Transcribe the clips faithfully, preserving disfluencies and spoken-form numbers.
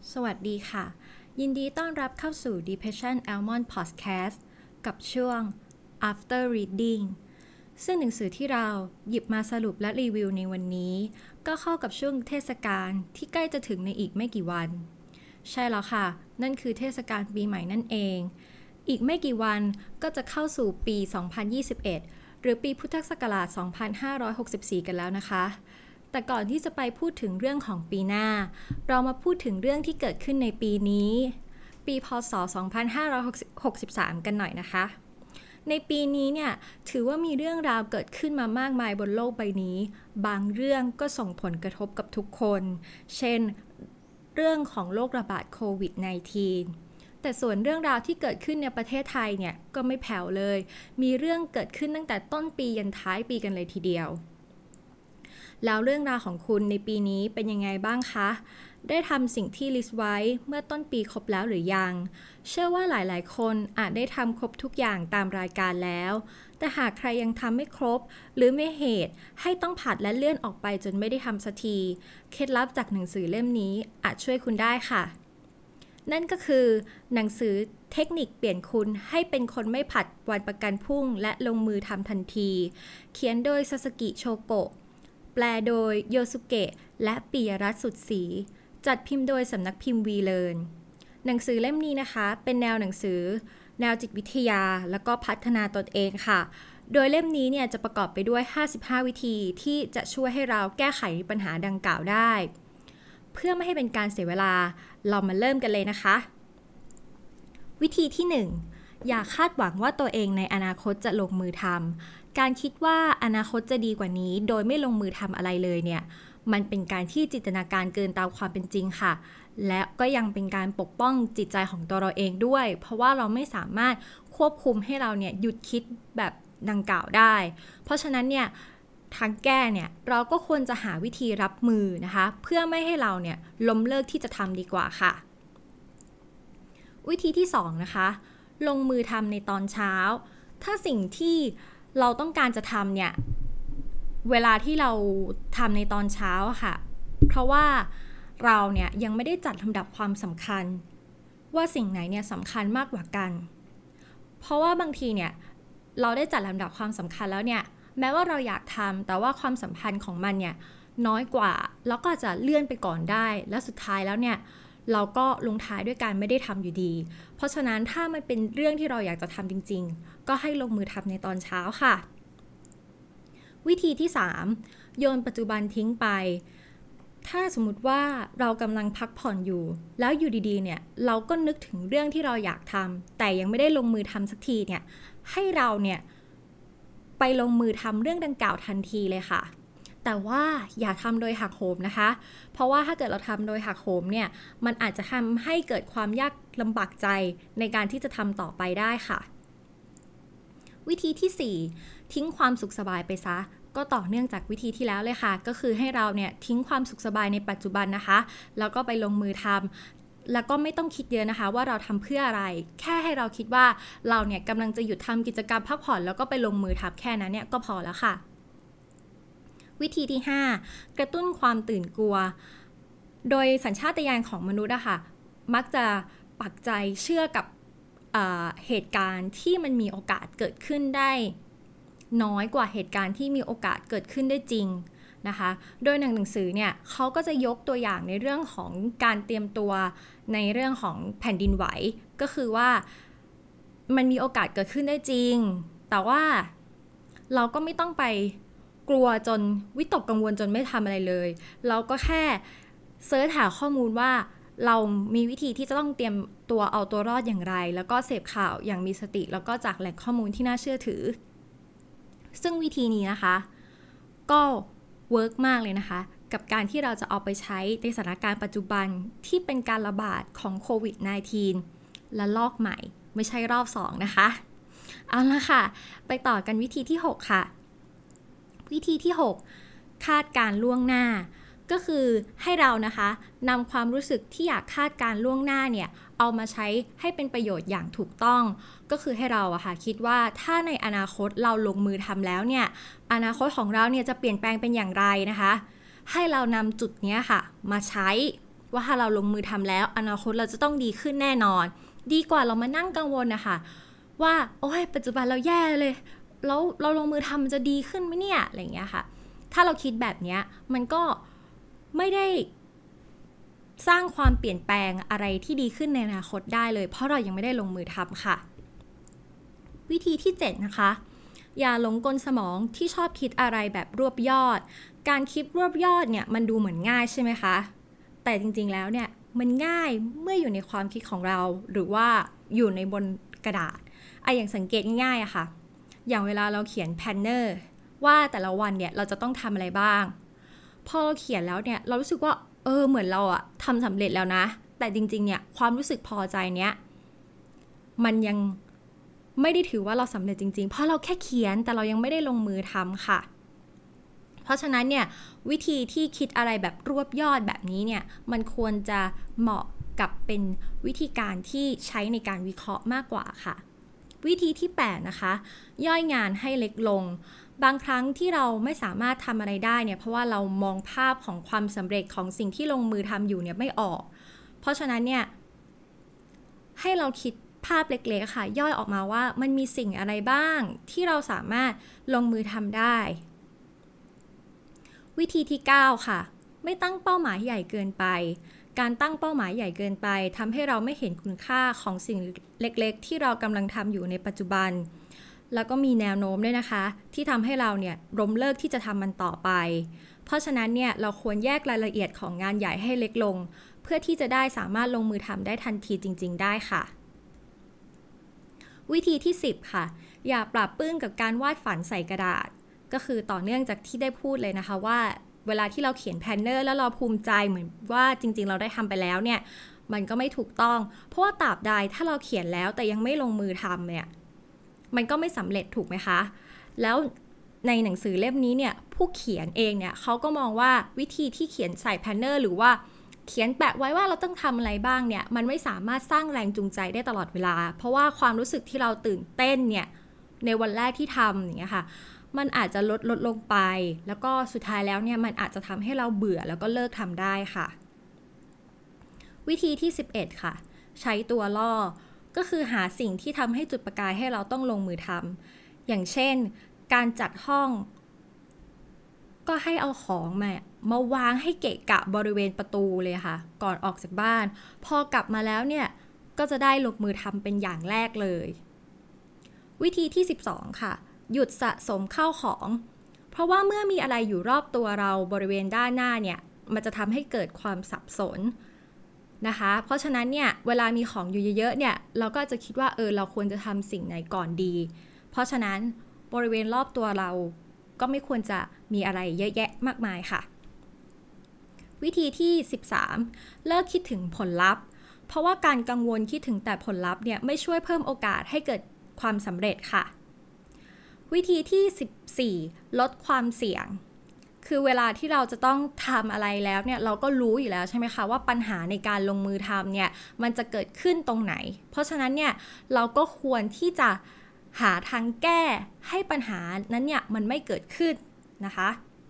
สวัสดีค่ะยินดีต้อนรับเข้าสู่ Depression Almond Podcast กับช่วง After Reading ซึ่งหนังสือที่เราหยิบมาสรุปและรีวิวในวันนี้ก็เข้ากับช่วงเทศกาลที่ใกล้จะถึงในอีกไม่กี่วันใช่แล้วค่ะนั่นคือเทศกาลปีใหม่นั่นเองอีกไม่กี่วันก็จะเข้าสู่ปี สองพันยี่สิบเอ็ด หรือปีพุทธศักราช สองพันห้าร้อยหกสิบสี่ กันแล้วนะคะแต่ก่อนที่จะไปพูดถึงเรื่องของปีหน้าเรามาพูดถึงเรื่องที่เกิดขึ้นในปีนี้ปีพ.ศ. สองพันห้าร้อยหกสิบสาม กันหน่อยนะคะในปีนี้เนี่ยถือว่ามีเรื่องราวเกิดขึ้นมามากมายบนโลกใบนี้บางเรื่องก็ส่งผลกระทบกับทุกคนเช่นเรื่องของโรคระบาดโควิด สิบเก้า แต่ส่วนเรื่องราวที่เกิดขึ้นในประเทศไทยเนี่ยก็ไม่แผ่วเลยมีเรื่องเกิดขึ้นตั้งแต่ต้นปียันท้ายปีกันเลยทีเดียวแล้วเรื่องราวของคุณในปีนี้เป็นยังไงบ้างคะได้ทำสิ่งที่ลิสต์ไว้เมื่อต้นปีครบแล้วหรือยังเชื่อว่าหลายๆคนอาจได้ทำครบทุกอย่างตามรายการแล้วแต่หากใครยังทำไม่ครบหรือไม่เหตุให้ต้องผัดและเลื่อนออกไปจนไม่ได้ทำสักทีเคล็ดลับจากหนังสือเล่มนี้อาจช่วยคุณได้ค่ะนั่นก็คือหนังสือเทคนิคเปลี่ยนคุณให้เป็นคนไม่ผัดวันประกันพรุ่งและลงมือทำทันทีเขียนโดยซาสกิโชโกะแปลโดยโยสุเกะและปิยรัตน์สุดศรีจัดพิมพ์โดยสำนักพิมพ์วีเลร์นหนังสือเล่มนี้นะคะเป็นแนวหนังสือแนวจิตวิทยาแล้วก็พัฒนาตนเองค่ะโดยเล่มนี้เนี่ยจะประกอบไปด้วยห้าสิบห้าวิธีที่จะช่วยให้เราแก้ไขปัญหาดังกล่าวได้เพื่อไม่ให้เป็นการเสียเวลาเรามาเริ่มกันเลยนะคะวิธีที่หนึ่งอย่าคาดหวังว่าตัวเองในอนาคตจะลงมือทำการคิดว่าอนาคตจะดีกว่านี้โดยไม่ลงมือทำอะไรเลยเนี่ยมันเป็นการที่จินตนาการเกินตามความเป็นจริงค่ะและก็ยังเป็นการปกป้องจิตใจของตัวเราเองด้วยเพราะว่าเราไม่สามารถควบคุมให้เราเนี่ยหยุดคิดแบบดังกล่าวได้เพราะฉะนั้นเนี่ยทางแก้เนี่ยเราก็ควรจะหาวิธีรับมือนะคะเพื่อไม่ให้เราเนี่ยล้มเลิกที่จะทำดีกว่าค่ะวิธีที่สองนะคะลงมือทำในตอนเช้าถ้าสิ่งที่เราต้องการจะทำเนี่ยเวลาที่เราทำในตอนเช้าค่ะเพราะว่าเราเนี่ยยังไม่ได้จัดลำดับความสำคัญว่าสิ่งไหนเนี่ยสำคัญมากกว่ากันเพราะว่าบางทีเนี่ยเราได้จัดลำดับความสำคัญแล้วเนี่ยแม้ว่าเราอยากทำแต่ว่าความสัมพันธ์ของมันเนี่ยน้อยกว่าแล้วก็จะเลื่อนไปก่อนได้และสุดท้ายแล้วเนี่ยเราก็ลงท้ายด้วยการไม่ได้ทำอยู่ดีเพราะฉะนั้นถ้ามันเป็นเรื่องที่เราอยากจะทำจริงๆก็ให้ลงมือทำในตอนเช้าค่ะวิธีที่สามโยนปัจจุบันทิ้งไปถ้าสมมุติว่าเรากำลังพักผ่อนอยู่แล้วอยู่ดีๆเนี่ยเราก็นึกถึงเรื่องที่เราอยากทำแต่ยังไม่ได้ลงมือทำสักทีเนี่ยให้เราเนี่ยไปลงมือทำเรื่องดังกล่าวทันทีเลยค่ะแต่ว่าอย่าทำโดยหักโหมนะคะเพราะว่าถ้าเกิดเราทำโดยหักโหมเนี่ยมันอาจจะทำให้เกิดความยากลำบากใจในการที่จะทำต่อไปได้ค่ะวิธีที่สี่ทิ้งความสุขสบายไปซะก็ต่อเนื่องจากวิธีที่แล้วเลยค่ะก็คือให้เราเนี่ยทิ้งความสุขสบายในปัจจุบันนะคะแล้วก็ไปลงมือทำแล้วก็ไม่ต้องคิดเยอะนะคะว่าเราทำเพื่ออะไรแค่ให้เราคิดว่าเราเนี่ยกำลังจะหยุดทำกิจกรรมพักผ่อนแล้วก็ไปลงมือทำแค่นั้นเนี่ยก็พอแล้วค่ะวิธีที่ห้ากระตุ้นความตื่นกลัวโดยสัญชาตญาณของมนุษย์อะค่ะมักจะปักใจเชื่อกับเอ่อเหตุการณ์ที่มันมีโอกาสเกิดขึ้นได้น้อยกว่าเหตุการณ์ที่มีโอกาสเกิดขึ้นได้จริงนะคะโดยหนังหนังสือเนี่ยเขาก็จะยกตัวอย่างในเรื่องของการเตรียมตัวในเรื่องของแผ่นดินไหวก็คือว่ามันมีโอกาสเกิดขึ้นได้จริงแต่ว่าเราก็ไม่ต้องไปกลัวจนวิตกกังวลจนไม่ทำอะไรเลยเราก็แค่เสิร์ชหาข้อมูลว่าเรามีวิธีที่จะต้องเตรียมตัวเอาตัวรอดอย่างไรแล้วก็เสพข่าวอย่างมีสติแล้วก็จากแหล่งข้อมูลที่น่าเชื่อถือซึ่งวิธีนี้นะคะก็เวิร์กมากเลยนะคะกับการที่เราจะเอาไปใช้ในสถานการณ์ปัจจุบันที่เป็นการระบาดของโควิด สิบเก้า และลอกใหม่ไม่ใช่รอบสองนะคะเอาละค่ะไปต่อกันวิธีที่หกค่ะวิธีที่หกคาดการล่วงหน้าก็คือให้เรานะคะนำความรู้สึกที่อยากคาดการล่วงหน้าเนี่ยเอามาใช้ให้เป็นประโยชน์อย่างถูกต้องก็คือให้เราอะค่ะคิดว่าถ้าในอนาคตเราลงมือทำแล้วเนี่ยอนาคตของเราเนี่ยจะเปลี่ยนแปลงเป็นอย่างไรนะคะให้เรานำจุดนี้ค่ะมาใช้ว่าถ้าเราลงมือทำแล้วอนาคตเราจะต้องดีขึ้นแน่นอนดีกว่าเรามานั่งกังวลนะคะว่าโอ้ยปัจจุบันเราแย่เลยแล้วเราลงมือทำมันจะดีขึ้นไหมเนี่ยอะไรอย่างเงี้ยค่ะถ้าเราคิดแบบนี้มันก็ไม่ได้สร้างความเปลี่ยนแปลงอะไรที่ดีขึ้นในอนาคตได้เลยเพราะเรายังไม่ได้ลงมือทำค่ะวิธีที่เจ็ดนะคะอย่าหลงกลสมองที่ชอบคิดอะไรแบบรวบยอดการคิดรวบยอดเนี่ยมันดูเหมือนง่ายใช่ไหมคะแต่จริงๆแล้วเนี่ยมันง่ายเมื่ออยู่ในความคิดของเราหรือว่าอยู่ในบนกระดาษไอ้อย่างสังเกตง่ายๆอะค่ะอย่างเวลาเราเขียนแพลนเนอร์ว่าแต่ละวันเนี่ยเราจะต้องทำอะไรบ้างพอเราเขียนแล้วเนี่ยเรารู้สึกว่าเออเหมือนเราอะทำสำเร็จแล้วนะแต่จริงๆเนี่ยความรู้สึกพอใจเนี้ยมันยังไม่ได้ถือว่าเราสำเร็จจริงๆเพราะเราแค่เขียนแต่เรายังไม่ได้ลงมือทำค่ะเพราะฉะนั้นเนี่ยวิธีที่คิดอะไรแบบรวบยอดแบบนี้เนี่ยมันควรจะเหมาะกับเป็นวิธีการที่ใช้ในการวิเคราะห์มากกว่าค่ะวิธีที่แปดนะคะย่อยงานให้เล็กลงบางครั้งที่เราไม่สามารถทำอะไรได้เนี่ยเพราะว่าเรามองภาพของความสำเร็จของสิ่งที่ลงมือทำอยู่เนี่ยไม่ออกเพราะฉะนั้นเนี่ยให้เราคิดภาพเล็กๆค่ะย่อยออกมาว่ามันมีสิ่งอะไรบ้างที่เราสามารถลงมือทำได้วิธีที่เก้าค่ะไม่ตั้งเป้าหมายใหญ่เกินไปการตั้งเป้าหมายใหญ่เกินไปทำให้เราไม่เห็นคุณค่าของสิ่งเล็กๆที่เรากำลังทำอยู่ในปัจจุบันแล้วก็มีแนวโน้มด้วยนะคะที่ทำให้เราเนี่ยล้มเลิกที่จะทำมันต่อไปเพราะฉะนั้นเนี่ยเราควรแยกรายละเอียดของงานใหญ่ให้เล็กลงเพื่อที่จะได้สามารถลงมือทำได้ทันทีจริงๆได้ค่ะวิธีที่สิบค่ะอย่าปรับปลื้มกับการวาดฝันใส่กระดาษก็คือต่อเนื่องจากที่ได้พูดเลยนะคะว่าเวลาที่เราเขียนแพลนเนอร์แล้วเราภูมิใจเหมือนว่าจริงๆเราได้ทำไปแล้วเนี่ยมันก็ไม่ถูกต้องเพราะว่าตราบใดถ้าเราเขียนแล้วแต่ยังไม่ลงมือทำเนี่ยมันก็ไม่สำเร็จถูกไหมคะแล้วในหนังสือเล่มนี้เนี่ยผู้เขียนเองเนี่ยเขาก็มองว่าวิธีที่เขียนใส่แพลนเนอร์หรือว่าเขียนแปะไว้ว่าเราต้องทำอะไรบ้างเนี่ยมันไม่สามารถสร้างแรงจูงใจได้ตลอดเวลาเพราะว่าความรู้สึกที่เราตื่นเต้นเนี่ยในวันแรกที่ทำอย่างเงี้ยค่ะมันอาจจะลดลดลงไปแล้วก็สุดท้ายแล้วเนี่ยมันอาจจะทำให้เราเบื่อแล้วก็เลิกทำได้ค่ะวิธีที่สิบเอ็ดค่ะใช้ตัวล่อก็คือหาสิ่งที่ทำให้จุดประกายให้เราต้องลงมือทำอย่างเช่นการจัดห้องก็ให้เอาของมามาวางให้เกะกะบริเวณประตูเลยค่ะก่อนออกจากบ้านพอกลับมาแล้วเนี่ยก็จะได้ลงมือทำเป็นอย่างแรกเลยวิธีที่สิบสองค่ะหยุดสะสมข้าวของเพราะว่าเมื่อมีอะไรอยู่รอบตัวเราบริเวณด้านหน้าเนี่ยมันจะทำให้เกิดความสับสนนะคะเพราะฉะนั้นเนี่ยเวลามีของอยู่เยอะๆเนี่ยเราก็จะคิดว่าเออเราควรจะทำสิ่งไหนก่อนดีเพราะฉะนั้นบริเวณรอบตัวเราก็ไม่ควรจะมีอะไรเยอะแยะมากมายค่ะวิธีที่สิบสามเลิกคิดถึงผลลัพธ์เพราะว่าการกังวลคิดถึงแต่ผลลัพธ์เนี่ยไม่ช่วยเพิ่มโอกาสให้เกิดความสำเร็จค่ะวิธีที่สิบสี่ลดความเสี่ยงคือเวลาที่เราจะต้องทำอะไรแล้วเนี่ยเราก็รู้อยู่แล้วใช่ไหมคะว่าปัญหาในการลงมือทำเนี่ยมันจะเกิดขึ้นตรงไหนเพราะฉะนั้นเนี่ยเราก็ควรที่จะหาทางแก้ให้ปัญหานั้นเนี่ยมันไม่เกิดขึ้นนะคะ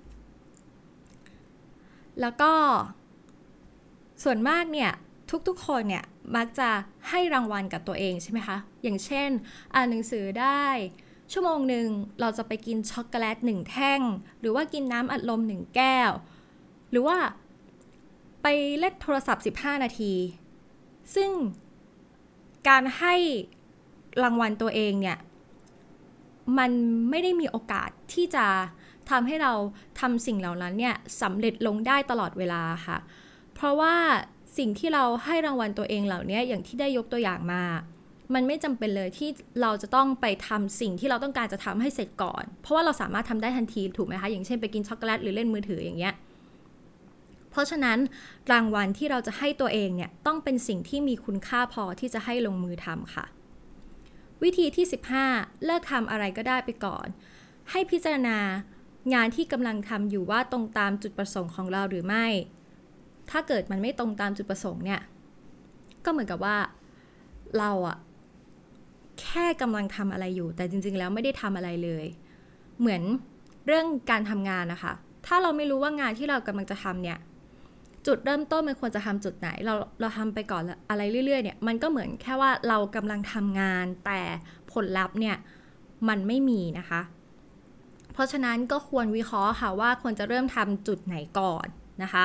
แล้วก็ส่วนมากเนี่ยทุกๆคนเนี่ยมักจะให้รางวัลกับตัวเองใช่ไหมคะอย่างเช่นอ่านหนังสือได้ชั่วโมงหนึ่งเราจะไปกินช็อกโกแลตหนึ่งแท่งหรือว่ากินน้ำอัดลมหนึ่งแก้วหรือว่าไปเล่นโทรศัพท์สิบห้านาทีซึ่งการให้รางวัลตัวเองเนี่ยมันไม่ได้มีโอกาสที่จะทำให้เราทำสิ่งเหล่านั้นเนี่ยสำเร็จลงได้ตลอดเวลาค่ะเพราะว่าสิ่งที่เราให้รางวัลตัวเองเหล่านี้อย่างที่ได้ยกตัวอย่างมามันไม่จำเป็นเลยที่เราจะต้องไปทำสิ่งที่เราต้องการจะทำให้เสร็จก่อนเพราะว่าเราสามารถทำได้ทันทีถูกไหมคะอย่างเช่นไปกินช็อกโกแลตหรือเล่นมือถืออย่างเงี้ยเพราะฉะนั้นรางวัลที่เราจะให้ตัวเองเนี่ยต้องเป็นสิ่งที่มีคุณค่าพอที่จะให้ลงมือทำค่ะวิธีที่สิบห้าเลิกทำอะไรก็ได้ไปก่อนให้พิจารณางานที่กำลังทำอยู่ว่าตรงตามจุดประสงค์ของเราหรือไม่ถ้าเกิดมันไม่ตรงตามจุดประสงค์เนี่ยก็เหมือนกับว่าเราอะแค่กำลังทำอะไรอยู่แต่จริงๆแล้วไม่ได้ทำอะไรเลยเหมือนเรื่องการทำงานนะคะถ้าเราไม่รู้ว่างานที่เรากำลังจะทำเนี่ยจุดเริ่มต้นมันควรจะทำจุดไหนเราเราทำไปก่อนอะไรเรื่อยๆเนี่ยมันก็เหมือนแค่ว่าเรากำลังทำงานแต่ผลลัพธ์เนี่ยมันไม่มีนะคะเพราะฉะนั้นก็ควรวิเคราะห์ค่ะว่าควรจะเริ่มทำจุดไหนก่อนนะคะ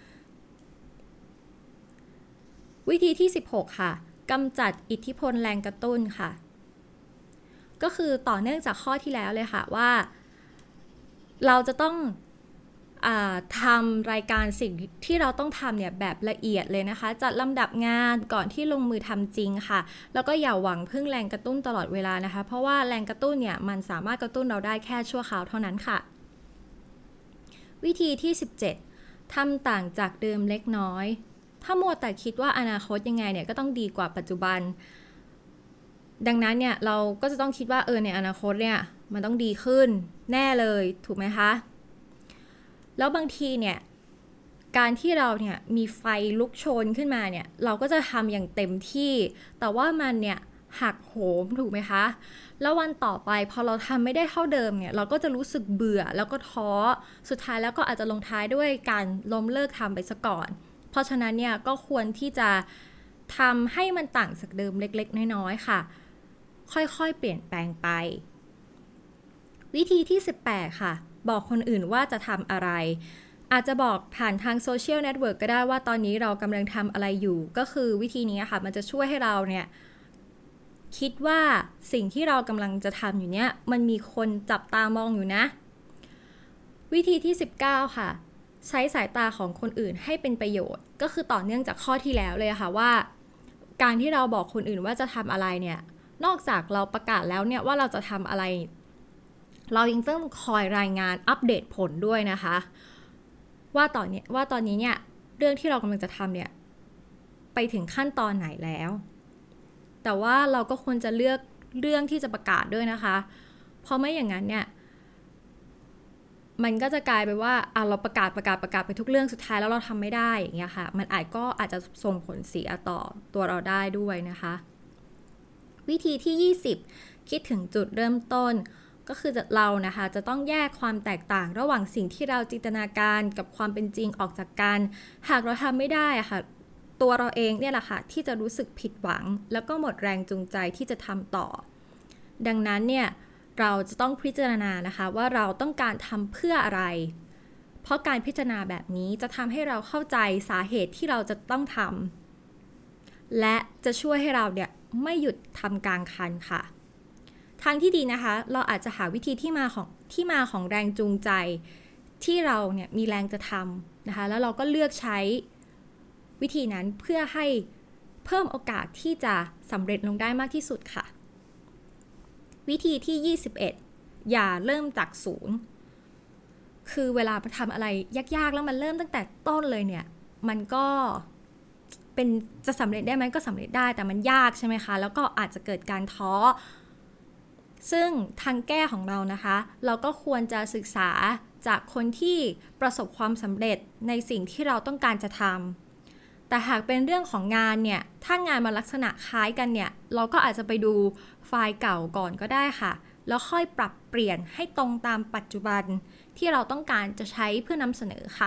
วิธีที่สิบหกค่ะกำจัดอิทธิพลแรงกระตุ้นค่ะก็คือต่อเนื่องจากข้อที่แล้วเลยค่ะว่าเราจะต้องทำรายการสิ่งที่เราต้องทำเนี่ยแบบละเอียดเลยนะคะจัดลำดับงานก่อนที่ลงมือทำจริงค่ะแล้วก็อย่าหวังพึ่งแรงกระตุ้นตลอดเวลานะคะเพราะว่าแรงกระตุ้นเนี่ยมันสามารถกระตุ้นเราได้แค่ชั่วคราวเท่านั้นค่ะวิธีที่สิบเจ็ดทำต่างจากเดิมเล็กน้อยถ้ามัวแต่คิดว่าอนาคตยังไงเนี่ยก็ต้องดีกว่าปัจจุบันดังนั้นเนี่ยเราก็จะต้องคิดว่าเออในอนาคตเนี่ยมันต้องดีขึ้นแน่เลยถูกไหมคะแล้วบางทีเนี่ยการที่เราเนี่ยมีไฟลุกโชนขึ้นมาเนี่ยเราก็จะทำอย่างเต็มที่แต่ว่ามันเนี่ยหักโหมถูกไหมคะแล้ววันต่อไปพอเราทำไม่ได้เท่าเดิมเนี่ยเราก็จะรู้สึกเบื่อแล้วก็ท้อสุดท้ายแล้วก็อาจจะลงท้ายด้วยการล้มเลิกทำไปซะก่อนเพราะฉะนั้นเนี่ยก็ควรที่จะทำให้มันต่างจากเดิมเล็กๆน้อยๆค่ะค่อยๆเปลี่ยนแปลงไปวิธีที่สิบแปดค่ะบอกคนอื่นว่าจะทำอะไรอาจจะบอกผ่านทางโซเชียลเน็ตเวิร์กก็ได้ว่าตอนนี้เรากำลังทำอะไรอยู่ก็คือวิธีนี้ค่ะมันจะช่วยให้เราเนี่ยคิดว่าสิ่งที่เรากำลังจะทำอยู่เนี้ยมันมีคนจับตามองอยู่นะวิธีที่สิบเก้าค่ะใช้สายตาของคนอื่นให้เป็นประโยชน์ก็คือต่อเนื่องจากข้อที่แล้วเลยค่ะว่าการที่เราบอกคนอื่นว่าจะทำอะไรเนี่ยนอกจากเราประกาศแล้วเนี่ยว่าเราจะทำอะไรเรายังต้องคอยรายงานอัปเดตผลด้วยนะคะว่าตอนนี้ว่าตอนนี้เนี่ยเรื่องที่เรากำลังจะทำเนี่ยไปถึงขั้นตอนไหนแล้วแต่ว่าเราก็ควรจะเลือกเรื่องที่จะประกาศด้วยนะคะเพราะไม่อย่างนั้นเนี่ยมันก็จะกลายไปว่าอ่ะเราประกาศประกาศประกาศไปทุกเรื่องสุดท้ายแล้วเราทำไม่ได้อย่างเงี้ยค่ะมันอาจก็อาจจะส่งผลเสียต่อตัวเราได้ด้วยนะคะวิธีที่ยี่สิบคิดถึงจุดเริ่มต้นก็คือเรานะคะจะต้องแยกความแตกต่างระหว่างสิ่งที่เราจินตนาการกับความเป็นจริงออกจากกันหากเราทำไม่ได้อะค่ะตัวเราเองเนี่ยแหละค่ะที่จะรู้สึกผิดหวังแล้วก็หมดแรงจูงใจที่จะทำต่อดังนั้นเนี่ยเราจะต้องพิจารณานะคะว่าเราต้องการทำเพื่ออะไรเพราะการพิจารณาแบบนี้จะทำให้เราเข้าใจสาเหตุที่เราจะต้องทำและจะช่วยให้เราเนี่ยไม่หยุดทำกลางคันค่ะทางที่ดีนะคะเราอาจจะหาวิธีที่มาของที่มาของแรงจูงใจที่เราเนี่ยมีแรงจะทำนะคะแล้วเราก็เลือกใช้วิธีนั้นเพื่อให้เพิ่มโอกาสที่จะสำเร็จลงได้มากที่สุดค่ะวิธีที่ยี่สิบเอ็ดอย่าเริ่มจากศูนย์คือเวลาทำอะไรยากๆแล้วมันเริ่มตั้งแต่ต้นเลยเนี่ยมันก็เป็นจะสำเร็จได้ไหมก็สำเร็จได้แต่มันยากใช่ไหมคะแล้วก็อาจจะเกิดการท้อซึ่งทางแก้ของเรานะคะเราก็ควรจะศึกษาจากคนที่ประสบความสำเร็จในสิ่งที่เราต้องการจะทำแต่หากเป็นเรื่องของงานเนี่ยถ้างานมาลักษณะคล้ายกันเนี่ยเราก็อาจจะไปดูไฟล์เก่าก่อนก็ได้ค่ะแล้วค่อยปรับเปลี่ยนให้ตรงตามปัจจุบันที่เราต้องการจะใช้เพื่อนำเสนอค่ะ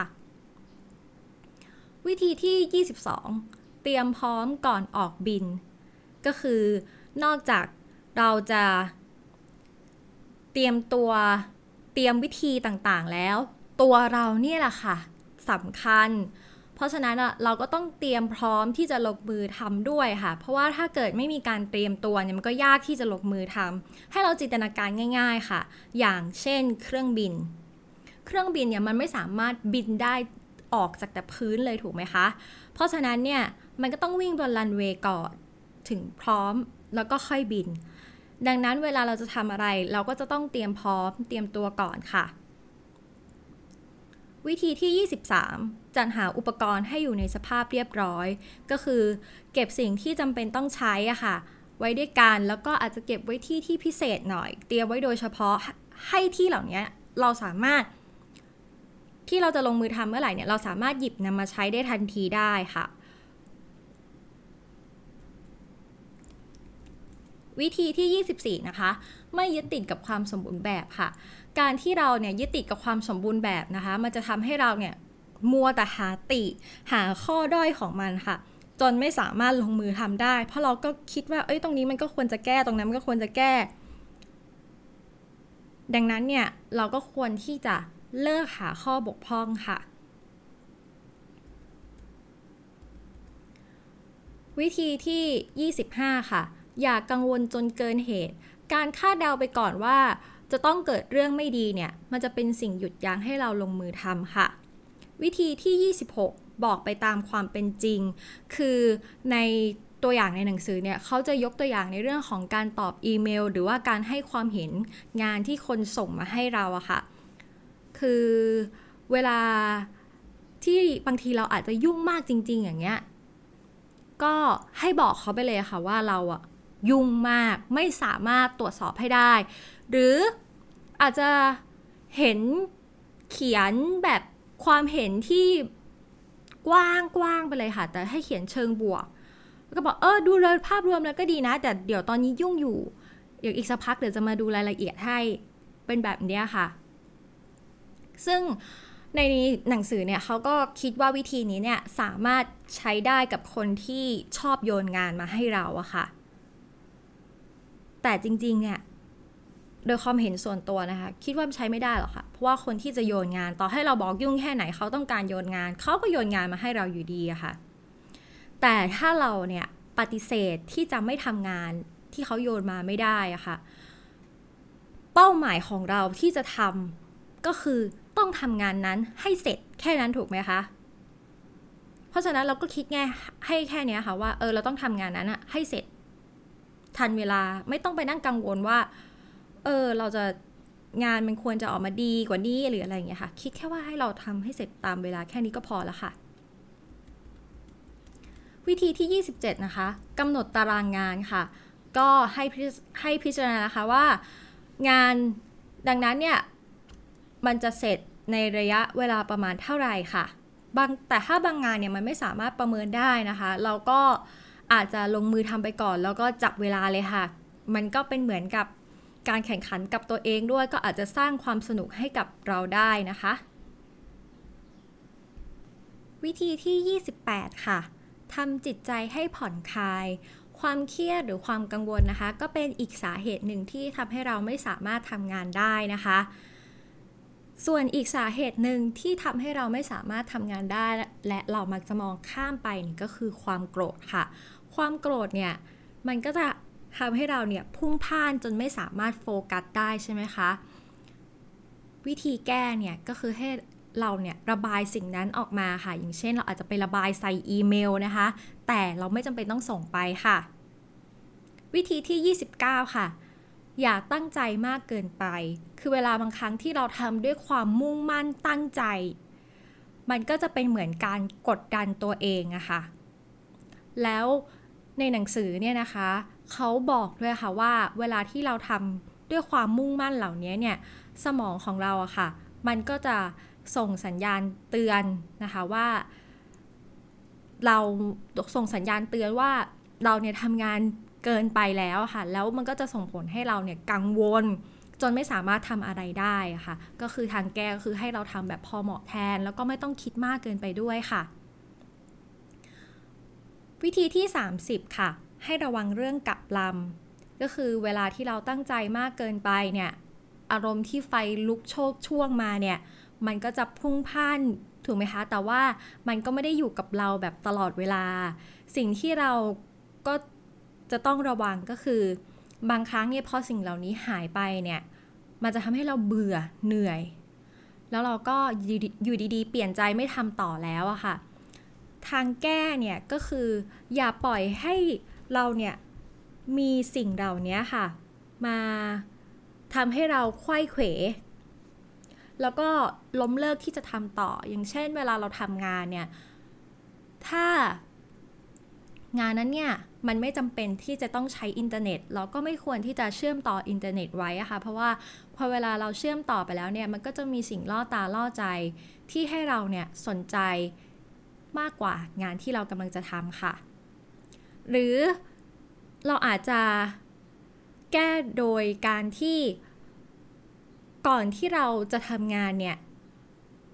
วิธีที่ยี่สิบสองเตรียมพร้อมก่อนออกบินก็คือนอกจากเราจะเตรียมตัวเตรียมวิธีต่างๆแล้วตัวเราเนี่ยแหละค่ะสำคัญเพราะฉะนั้นเราก็ต้องเตรียมพร้อมที่จะลงมือทำด้วยค่ะเพราะว่าถ้าเกิดไม่มีการเตรียมตัวเนี่ยมันก็ยากที่จะลงมือทำให้เราจินตนาการง่ายๆค่ะอย่างเช่นเครื่องบินเครื่องบินเนี่ยมันไม่สามารถบินได้ออกจากแต่พื้นเลยถูกไหมคะเพราะฉะนั้นเนี่ยมันก็ต้องวิ่งบนรันเวย์ก่อนถึงพร้อมแล้วก็ค่อยบินดังนั้นเวลาเราจะทำอะไรเราก็จะต้องเตรียมพร้อมเตรียมตัวก่อนค่ะวิธีที่ยี่สิบสามจัดหาอุปกรณ์ให้อยู่ในสภาพเรียบร้อยก็คือเก็บสิ่งที่จำเป็นต้องใช้อะค่ะไว้ด้วยกันแล้วก็อาจจะเก็บไว้ที่ที่พิเศษหน่อยเตรียมไว้โดยเฉพาะให้ที่เหล่านี้เราสามารถที่เราจะลงมือทำเมื่อไหร่เนี่ยเราสามารถหยิบนำมาใช้ได้ทันทีได้ค่ะวิธีที่ยี่สิบสี่นะคะไม่ยึดติดกับความสมบูรณ์แบบค่ะการที่เราเนี่ยยึดติดกับความสมบูรณ์แบบนะคะมันจะทำให้เราเนี่ยมัวแต่หาติหาข้อด้อยของมันค่ะจนไม่สามารถลงมือทำได้เพราะเราก็คิดว่าเอ้ยตรงนี้มันก็ควรจะแก้ตรงนั้นมันก็ควรจะแก้ดังนั้นเนี่ยเราก็ควรที่จะเลิกหาข้อบกพร่องค่ะวิธีที่ยี่สิบห้าค่ะอย่ากังวลจนเกินเหตุการคาดเดาไปก่อนว่าจะต้องเกิดเรื่องไม่ดีเนี่ยมันจะเป็นสิ่งหยุดยั้งให้เราลงมือทำค่ะวิธีที่ยี่สิบหกบอกไปตามความเป็นจริงคือในตัวอย่างในหนังสือเนี่ยเขาจะยกตัวอย่างในเรื่องของการตอบอีเมลหรือว่าการให้ความเห็นงานที่คนส่งมาให้เราอะค่ะคือเวลาที่บางทีเราอาจจะยุ่งมากจริงๆอย่างเงี้ยก็ให้บอกเขาไปเลยค่ะว่าเราอะยุ่งมากไม่สามารถตรวจสอบให้ได้หรืออาจจะเห็นเขียนแบบความเห็นที่กว้างกว้างไปเลยค่ะแต่ให้เขียนเชิงบวกก็บอกเออดูเลยภาพรวมแล้วก็ดีนะแต่เดี๋ยวตอนนี้ยุ่งอยู่เดี๋ยวอีกสักพักเดี๋ยวจะมาดูรายละเอียดให้เป็นแบบนี้ค่ะซึ่งในหนังสือเนี่ยเขาก็คิดว่าวิธีนี้เนี่ยสามารถใช้ได้กับคนที่ชอบโยนงานมาให้เราอะค่ะแต่จริงๆเนี่ยโดยความเห็นส่วนตัวนะคะคิดว่าใช้ไม่ได้หรอกค่ะเพราะว่าคนที่จะโยนงานต่อให้เราบอกยุ่งแค่ไหนเขาต้องการโยนงานเขาก็โยนงานมาให้เราอยู่ดีอะค่ะแต่ถ้าเราเนี่ยปฏิเสธที่จะไม่ทำงานที่เขาโยนมาไม่ได้อะค่ะเป้าหมายของเราที่จะทำก็คือต้องทำงานนั้นให้เสร็จแค่นั้นถูกไหมคะเพราะฉะนั้นเราก็คิดง่ายให้แค่นี้ค่ะว่าเออเราต้องทำงานนั้นอะให้เสร็จทันเวลาไม่ต้องไปนั่งกังวลว่าเออเราจะงานมันควรจะออกมาดีกว่านี้หรืออะไรอย่างเงี้ยค่ะคิดแค่ว่าให้เราทำให้เสร็จตามเวลาแค่นี้ก็พอแล้วค่ะวิธีที่ยี่สิบเจ็ดนะคะกำหนดตารางงานค่ะก็ให้ให้พิจารณานะคะว่างานดังนั้นเนี่ยมันจะเสร็จในระยะเวลาประมาณเท่าไหร่ค่ะบางแต่ถ้าบางงานเนี่ยมันไม่สามารถประเมินได้นะคะเราก็อาจจะลงมือทำไปก่อนแล้วก็จับเวลาเลยค่ะมันก็เป็นเหมือนกับการแข่งขันกับตัวเองด้วยก็อาจจะสร้างความสนุกให้กับเราได้นะคะวิธีที่ยี่สิบแปดค่ะทำจิตใจให้ผ่อนคลายความเครียดหรือความกังวลนะคะก็เป็นอีกสาเหตุหนึ่งที่ทำให้เราไม่สามารถทำงานได้นะคะส่วนอีกสาเหตุหนึ่งที่ทำให้เราไม่สามารถทำงานได้และเรามักจะมองข้ามไปนี่ก็คือความโกรธค่ะความโกรธเนี่ยมันก็จะทำให้เราเนี่ยพุ่งพ่านจนไม่สามารถโฟกัสได้ใช่ไหมคะวิธีแก้เนี่ยก็คือให้เราเนี่ยระบายสิ่งนั้นออกมาค่ะอย่างเช่นเราอาจจะไประบายใส่อีเมลนะคะแต่เราไม่จำเป็นต้องส่งไปค่ะวิธีที่ยี่สิบเก้าค่ะอย่าตั้งใจมากเกินไปคือเวลาบางครั้งที่เราทำด้วยความมุ่งมั่นตั้งใจมันก็จะเป็นเหมือนการกดดันตัวเองอะค่ะแล้วในหนังสือเนี่ยนะคะเขาบอกด้วยค่ะว่าเวลาที่เราทำด้วยความมุ่งมั่นเหล่านี้เนี่ยสมองของเราอะค่ะมันก็จะส่งสัญญาณเตือนนะคะว่าเราส่งสัญญาณเตือนว่าเราเนี่ยทำงานเกินไปแล้วค่ะแล้วมันก็จะส่งผลให้เราเนี่ยกังวลจนไม่สามารถทำอะไรได้ค่ะก็คือทางแก้ก็คือให้เราทำแบบพอเหมาะแทนแล้วก็ไม่ต้องคิดมากเกินไปด้วยค่ะวิธีที่สามสิบค่ะให้ระวังเรื่องกลับลำก็คือเวลาที่เราตั้งใจมากเกินไปเนี่ยอารมณ์ที่ไฟลุกโชกช่วงมาเนี่ยมันก็จะพุ่งพ่านถูกไหมคะแต่ว่ามันก็ไม่ได้อยู่กับเราแบบตลอดเวลาสิ่งที่เราก็จะต้องระวังก็คือบางครั้งเนี่ยพอสิ่งเหล่านี้หายไปเนี่ยมันจะทำให้เราเบื่อเหนื่อยแล้วเราก็อยู่ดีๆเปลี่ยนใจไม่ทำต่อแล้วอะค่ะทางแก้เนี่ยก็คืออย่าปล่อยให้เราเนี่ยมีสิ่งเหล่านี้ค่ะมาทำให้เราไขว้เขวแล้วก็ล้มเลิกที่จะทำต่ออย่างเช่นเวลาเราทำงานเนี่ยถ้างานนั้นเนี่ยมันไม่จำเป็นที่จะต้องใช้อินเทอร์เน็ตเราก็ไม่ควรที่จะเชื่อมต่ออินเทอร์เน็ตไว้อะค่ะเพราะว่าพอเวลาเราเชื่อมต่อไปแล้วเนี่ยมันก็จะมีสิ่งล่อตาล่อใจที่ให้เราเนี่ยสนใจมากกว่างานที่เรากำลังจะทำค่ะหรือเราอาจจะแก้โดยการที่ก่อนที่เราจะทำงานเนี่ย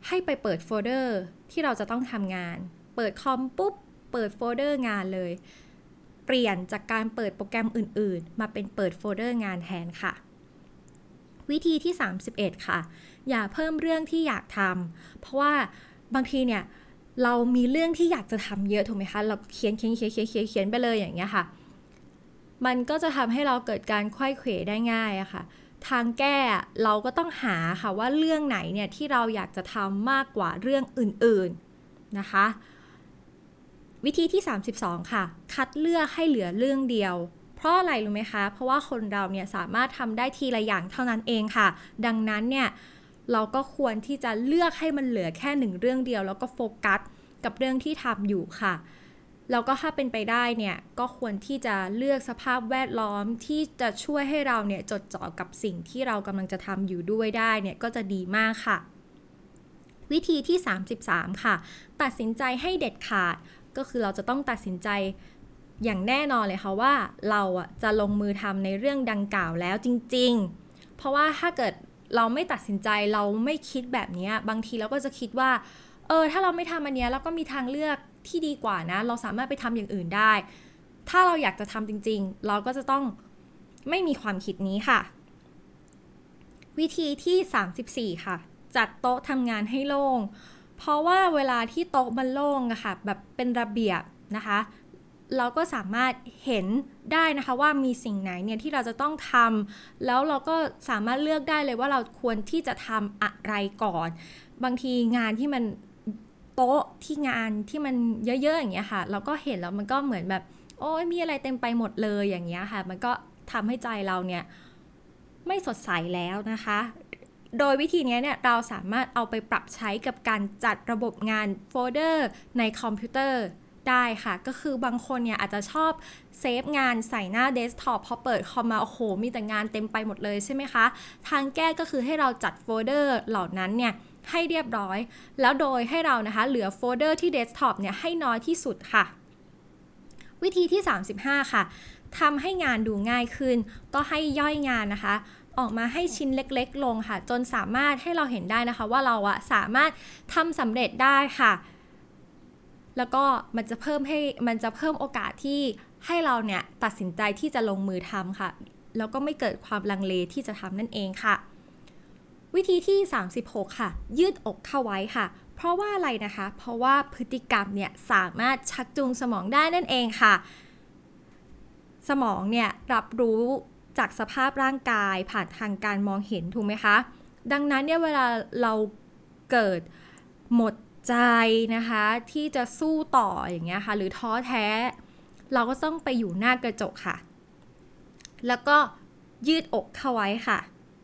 ให้ไปเปิดโฟลเดอร์ที่เราจะต้องทำงานเปิดคอมปุ๊บเปิดโฟลเดอร์งานเลยเปลี่ยนจากการเปิดโปรแกรมอื่นๆมาเป็นเปิดโฟลเดอร์งานแทนค่ะวิธีที่สามสิบเอ็ดค่ะอย่าเพิ่มเรื่องที่อยากทำเพราะว่าบางทีเนี่ยเรามีเรื่องที่อยากจะทำเยอะถูกไหมคะเราเขียนเขียนเขียนเขียนเขียนเขียนไปเลยอย่างเงี้ยค่ะมันก็จะทำให้เราเกิดการไขว้เขวได้ง่ายอะค่ะทางแก้เราก็ต้องหาค่ะว่าเรื่องไหนเนี่ยที่เราอยากจะทำมากกว่าเรื่องอื่นๆนะคะวิธีที่สามสิบสองค่ะคัดเลือกให้เหลือเรื่องเดียวเพราะอะไรรู้ไหมคะเพราะว่าคนเราเนี่ยสามารถทำได้ทีละอย่างเท่านั้นเองค่ะดังนั้นเนี่ยเราก็ควรที่จะเลือกให้มันเหลือแค่หนึ่งเรื่องเดียวแล้วก็โฟกัสกับเรื่องที่ทำอยู่ค่ะแล้วก็ถ้าเป็นไปได้เนี่ยก็ควรที่จะเลือกสภาพแวดล้อมที่จะช่วยให้เราเนี่ยจดจ่อกับสิ่งที่เรากำลังจะทำอยู่ด้วยได้เนี่ยก็จะดีมากค่ะวิธีที่สามสิบสามค่ะตัดสินใจให้เด็ดขาดก็คือเราจะต้องตัดสินใจอย่างแน่นอนเลยค่ะว่าเราอ่ะจะลงมือทำในเรื่องดังกล่าวแล้วจริงๆเพราะว่าถ้าเกิดเราไม่ตัดสินใจเราไม่คิดแบบนี้บางทีเราก็จะคิดว่าเออถ้าเราไม่ทำอันเนี้ยเราก็มีทางเลือกที่ดีกว่านะเราสามารถไปทำอย่างอื่นได้ถ้าเราอยากจะทำจริงๆเราก็จะต้องไม่มีความคิดนี้ค่ะวิธีที่สามสิบสี่ค่ะจัดโต๊ะทำงานให้โล่งเพราะว่าเวลาที่โต๊ะมันโล่งอะค่ะแบบเป็นระเบียบนะคะเราก็สามารถเห็นได้นะคะว่ามีสิ่งไหนเนี่ยที่เราจะต้องทำแล้วเราก็สามารถเลือกได้เลยว่าเราควรที่จะทำอะไรก่อนบางทีงานที่มันโต๊ะที่งานที่มันเยอะๆอย่างเงี้ยค่ะเราก็เห็นแล้วมันก็เหมือนแบบโอ้ยมีอะไรเต็มไปหมดเลยอย่างเงี้ยค่ะมันก็ทำให้ใจเราเนี่ยไม่สดใสแล้วนะคะโดยวิธีนี้เนี่ยเราสามารถเอาไปปรับใช้กับการจัดระบบงานโฟลเดอร์ในคอมพิวเตอร์ได้ค่ะก็คือบางคนเนี่ยอาจจะชอบเซฟงานใส่หน้าเดสก์ท็อปพอเปิดคอมมาโอ้โหมีแต่งานเต็มไปหมดเลยใช่ไหมคะทางแก้ก็คือให้เราจัดโฟลเดอร์เหล่านั้นเนี่ยให้เรียบร้อยแล้วโดยให้เรานะคะเหลือโฟลเดอร์ที่เดสก์ท็อปเนี่ยให้น้อยที่สุดค่ะวิธีที่สามสิบห้าค่ะทำให้งานดูง่ายขึ้นก็ให้ย่อยงานนะคะออกมาให้ชิ้นเล็กๆลงค่ะจนสามารถให้เราเห็นได้นะคะว่าเราอะสามารถทำสำเร็จได้ค่ะแล้วก็มันจะเพิ่มให้มันจะเพิ่มโอกาสที่ให้เราเนี่ยตัดสินใจที่จะลงมือทำค่ะแล้วก็ไม่เกิดความลังเลที่จะทำนั่นเองค่ะวิธีที่สามสิบหกค่ะยืดอกเข้าไว้ค่ะเพราะว่าอะไรนะคะเพราะว่าพฤติกรรมเนี่ยสามารถชักจูงสมองได้นั่นเองค่ะสมองเนี่ยรับรู้จากสภาพร่างกายผ่านทางการมองเห็นถูกไหมคะดังนั้นเนี่ยเวลาเราเกิดหมดใจนะคะที่จะสู้ต่ออย่างเงี้ยค่ะหรือท้อแท้เราก็ต้องไปอยู่หน้ากระจกค่ะแล้วก็ยืดอกเข้าไว้ค่ะ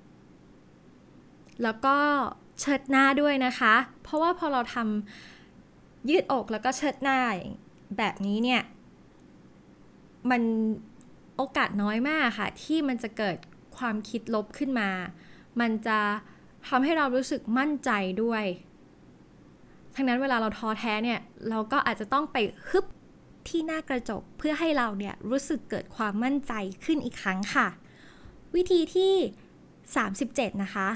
แล้วก็เชิดหน้าด้วยนะคะเพราะว่าพอเราทำยืดอกแล้วก็เชิดหน้าแบบนี้เนี่ยมันโอกาสน้อยมากค่ะที่มันจะเกิดความคิดลบขึ้นมามันจะทำให้เรารู้สึกมั่นใจด้วยทั้งนั้นเวลาเราท้อแท้เนี่ยเราก็อาจจะต้องไปฮึบที่หน้ากระจกเพื่อให้เราเนี่ยรู้สึกเกิดความมั่นใจขึ้นอีกครั้งค่ะวิธีที่สามสิบเจ็ดนะคะ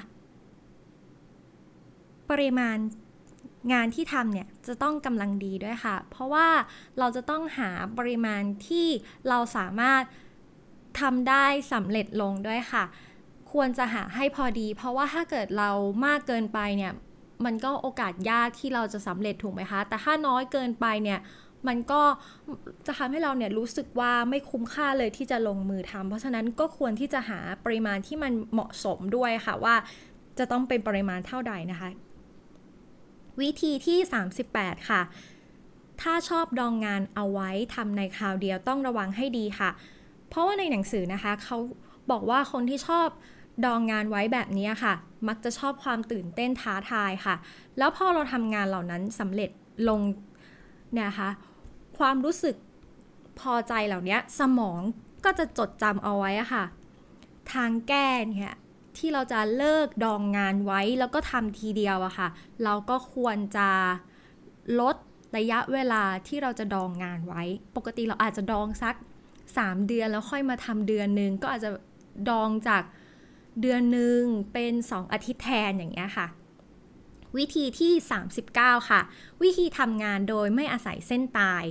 ปริมาณงานที่ทำเนี่ยจะต้องกำลังดีด้วยค่ะเพราะว่าเราจะต้องหาปริมาณที่เราสามารถทำได้สำเร็จลงด้วยค่ะควรจะหาให้พอดีเพราะว่าถ้าเกิดเรามากเกินไปเนี่ยมันก็โอกาสยากที่เราจะสำเร็จถูกไหมคะแต่ถ้าน้อยเกินไปเนี่ยมันก็จะทำให้เราเนี่ยรู้สึกว่าไม่คุ้มค่าเลยที่จะลงมือทำเพราะฉะนั้นก็ควรที่จะหาปริมาณที่มันเหมาะสมด้วยค่ะว่าจะต้องเป็นปริมาณเท่าใดนะคะวิธีที่สามสิบแปดค่ะถ้าชอบดองงานเอาไว้ทำในคราวเดียวต้องระวังให้ดีค่ะเพราะว่าในหนังสือนะคะเขาบอกว่าคนที่ชอบดองงานไว้แบบนี้ค่ะมักจะชอบความตื่นเต้นท้าทายค่ะแล้วพอเราทำงานเหล่านั้นสำเร็จลงเนี่ยค่ะความรู้สึกพอใจเหล่านี้สมองก็จะจดจำเอาไว้ค่ะทางแก้เนี่ยที่เราจะเลิกดองงานไว้แล้วก็ทำทีเดียวอะค่ะเราก็ควรจะลดระยะเวลาที่เราจะดองงานไว้ปกติเราอาจจะดองสักสามเดือนแล้วค่อยมาทำเดือนนึงก็อาจจะดองจากเดือนนึงเป็นสองอาทิตย์แทนอย่างเงี้ยค่ะวิธีที่สามสิบเก้าค่ะวิธีทำงานโดยไม่อาศัยเส้นตาย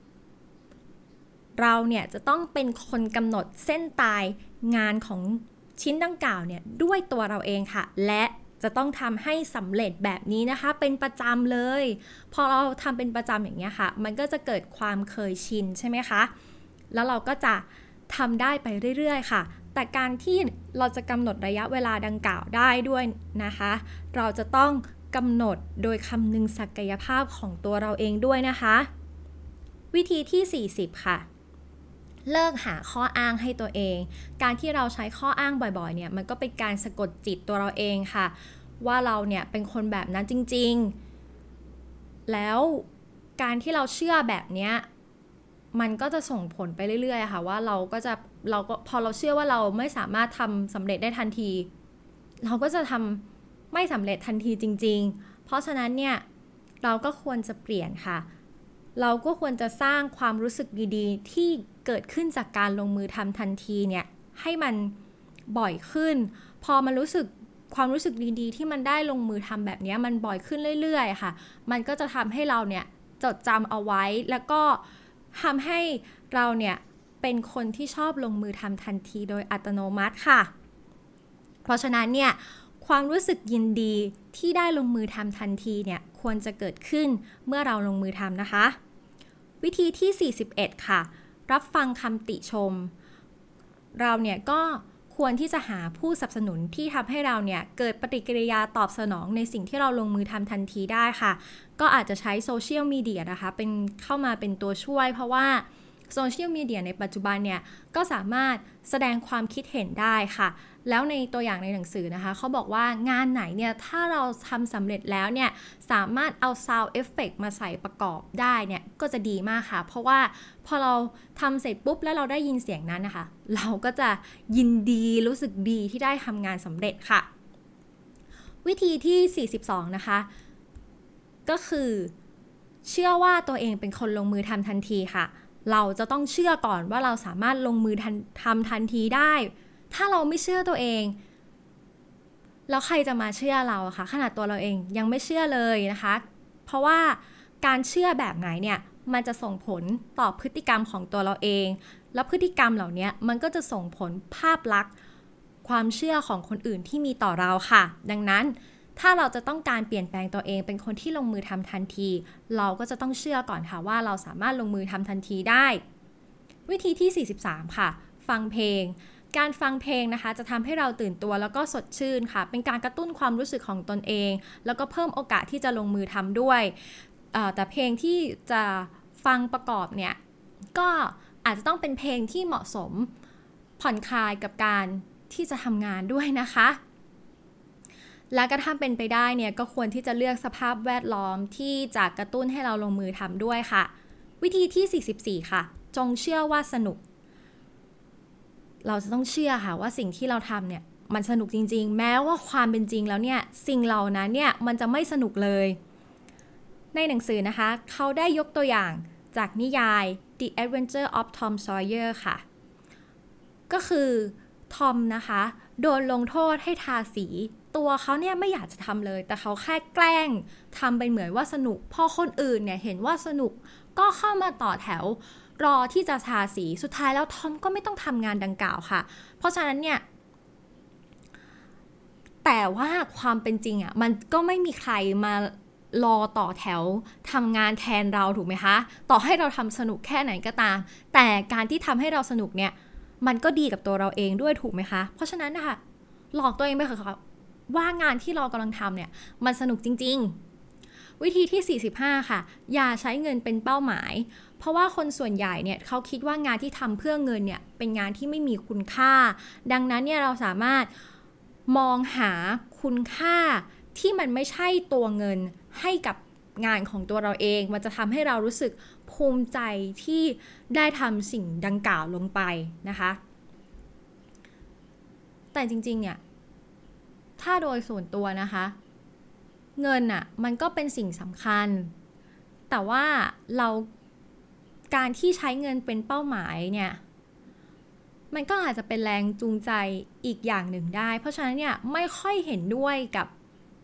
เราเนี่ยจะต้องเป็นคนกำหนดเส้นตายงานของชิ้นดังกล่าวเนี่ยด้วยตัวเราเองค่ะและจะต้องทำให้สำเร็จแบบนี้นะคะเป็นประจำเลยพอเราทำเป็นประจำอย่างเงี้ยค่ะมันก็จะเกิดความเคยชินใช่ไหมคะแล้วเราก็จะทำได้ไปเรื่อยๆค่ะแต่การที่เราจะกำหนดระยะเวลาดังกล่าวได้ด้วยนะคะเราจะต้องกำหนดโดยคำนึงศักยภาพของตัวเราเองด้วยนะคะวิธีที่สี่สิบค่ะเลิกหาข้ออ้างให้ตัวเองการที่เราใช้ข้ออ้างบ่อยๆเนี่ยมันก็เป็นการสะกดจิตตัวเราเองค่ะว่าเราเนี่ยเป็นคนแบบนั้นจริงๆแล้วการที่เราเชื่อแบบเนี้ยมันก็จะส่งผลไปเรื่อยๆค่ะว่าเราก็จะเราก็พอเราเชื่อว่าเราไม่สามารถทำสำเร็จได้ทันทีเราก็จะทำไม่สำเร็จทันทีจริงๆเพราะฉะนั้นเนี่ยเราก็ควรจะเปลี่ยนค่ะเราก็ควรจะสร้างความรู้สึกดีๆที่เกิดขึ้นจากการลงมือทำทันทีเนี่ยให้มันบ่อยขึ้นพอมันรู้สึกความรู้สึกดีๆที่มันได้ลงมือทำแบบนี้มันบ่อยขึ้นเรื่อยๆค่ะมันก็จะทำให้เราเนี่ยจดจำเอาไว้แล้วก็ทำให้เราเนี่ยเป็นคนที่ชอบลงมือทำทันทีโดยอัตโนมัติค่ะเพราะฉะนั้นเนี่ยความรู้สึกยินดีที่ได้ลงมือทำทันทีเนี่ยควรจะเกิดขึ้นเมื่อเราลงมือทำนะคะวิธีที่สี่สิบเอ็ดค่ะรับฟังคำติชมเราเนี่ยก็ควรที่จะหาผู้สนับสนุนที่ทำให้เราเนี่ยเกิดปฏิกิริยาตอบสนองในสิ่งที่เราลงมือทำทันทีได้ค่ะก็อาจจะใช้โซเชียลมีเดียนะคะเป็นเข้ามาเป็นตัวช่วยเพราะว่าโซเชียลมีเดียในปัจจุบันเนี่ยก็สามารถแสดงความคิดเห็นได้ค่ะแล้วในตัวอย่างในหนังสือนะคะเขาบอกว่างานไหนเนี่ยถ้าเราทำสำเร็จแล้วเนี่ยสามารถเอา sound effect มาใส่ประกอบได้เนี่ยก็จะดีมากค่ะเพราะว่าพอเราทำเสร็จปุ๊บแล้วเราได้ยินเสียงนั้นนะคะเราก็จะยินดีรู้สึกดีที่ได้ทำงานสำเร็จค่ะวิธีที่สี่สิบสองนะคะก็คือเชื่อว่าตัวเองเป็นคนลงมือทำทันทีค่ะเราจะต้องเชื่อก่อนว่าเราสามารถลงมือทำทันทีได้ถ้าเราไม่เชื่อตัวเองแล้วใครจะมาเชื่อเราอะคะขนาดตัวเราเองยังไม่เชื่อเลยนะคะเพราะว่าการเชื่อแบบไหนเนี่ยมันจะส่งผลต่อพฤติกรรมของตัวเราเองแล้วพฤติกรรมเหล่านี้มันก็จะส่งผลภาพลักษณ์ความเชื่อของคนอื่นที่มีต่อเราค่ะดังนั้นถ้าเราจะต้องการเปลี่ยนแปลงตัวเองเป็นคนที่ลงมือทำทันทีเราก็จะต้องเชื่อก่อนค่ะว่าเราสามารถลงมือทำทันทีได้วิธีที่สี่สิบสามค่ะฟังเพลงการฟังเพลงนะคะจะทำให้เราตื่นตัวแล้วก็สดชื่นค่ะเป็นการกระตุ้นความรู้สึกของตนเองแล้วก็เพิ่มโอกาสที่จะลงมือทำด้วยแต่เพลงที่จะฟังประกอบเนี่ยก็อาจจะต้องเป็นเพลงที่เหมาะสมผ่อนคลายกับการที่จะทำงานด้วยนะคะและก็ถ้าเป็นไปได้เนี่ยก็ควรที่จะเลือกสภาพแวดล้อมที่จะกระตุ้นให้เราลงมือทำด้วยค่ะวิธีที่สี่สิบสี่ค่ะจงเชื่อว่าสนุกเราจะต้องเชื่อค่ะว่าสิ่งที่เราทำเนี่ยมันสนุกจริงๆแม้ว่าความเป็นจริงแล้วเนี่ยสิ่งเหล่านั้นเนี่ยมันจะไม่สนุกเลยในหนังสือนะคะเขาได้ยกตัวอย่างจากนิยาย The Adventure of Tom Sawyer ค่ะก็คือทอมนะคะโดนลงโทษให้ทาสีตัวเขาเนี่ยไม่อยากจะทำเลยแต่เขาแค่แกล้งทำเป็นเหมือนว่าสนุกพอคนอื่นเนี่ยเห็นว่าสนุกก็เข้ามาต่อแถวรอที่จะทาสีสุดท้ายแล้วทอมก็ไม่ต้องทำงานดังกล่าวค่ะเพราะฉะนั้นเนี่ยแต่ว่าความเป็นจริงอ่ะมันก็ไม่มีใครมารอต่อแถวทำงานแทนเราถูกไหมคะต่อให้เราทำสนุกแค่ไหนก็ตามแต่การที่ทำให้เราสนุกเนี่ยมันก็ดีกับตัวเราเองด้วยถูกไหมคะเพราะฉะนั้นนะคะหลอกตัวเองไปเถอะค่ะว่างานที่เรากำลังทำเนี่ยมันสนุกจริงๆวิธีที่สี่สิบห้าค่ะอย่าใช้เงินเป็นเป้าหมายเพราะว่าคนส่วนใหญ่เนี่ยเขาคิดว่างานที่ทำเพื่อเงินเนี่ยเป็นงานที่ไม่มีคุณค่าดังนั้นเนี่ยเราสามารถมองหาคุณค่าที่มันไม่ใช่ตัวเงินให้กับงานของตัวเราเองมันจะทำให้เรารู้สึกภูมิใจที่ได้ทำสิ่งดังกล่าวลงไปนะคะแต่จริงๆเนี่ยถ้าโดยส่วนตัวนะคะเงินอ่ะมันก็เป็นสิ่งสำคัญแต่ว่าเราการที่ใช้เงินเป็นเป้าหมายเนี่ยมันก็อาจจะเป็นแรงจูงใจอีกอย่างหนึ่งได้เพราะฉะนั้นเนี่ยไม่ค่อยเห็นด้วยกับ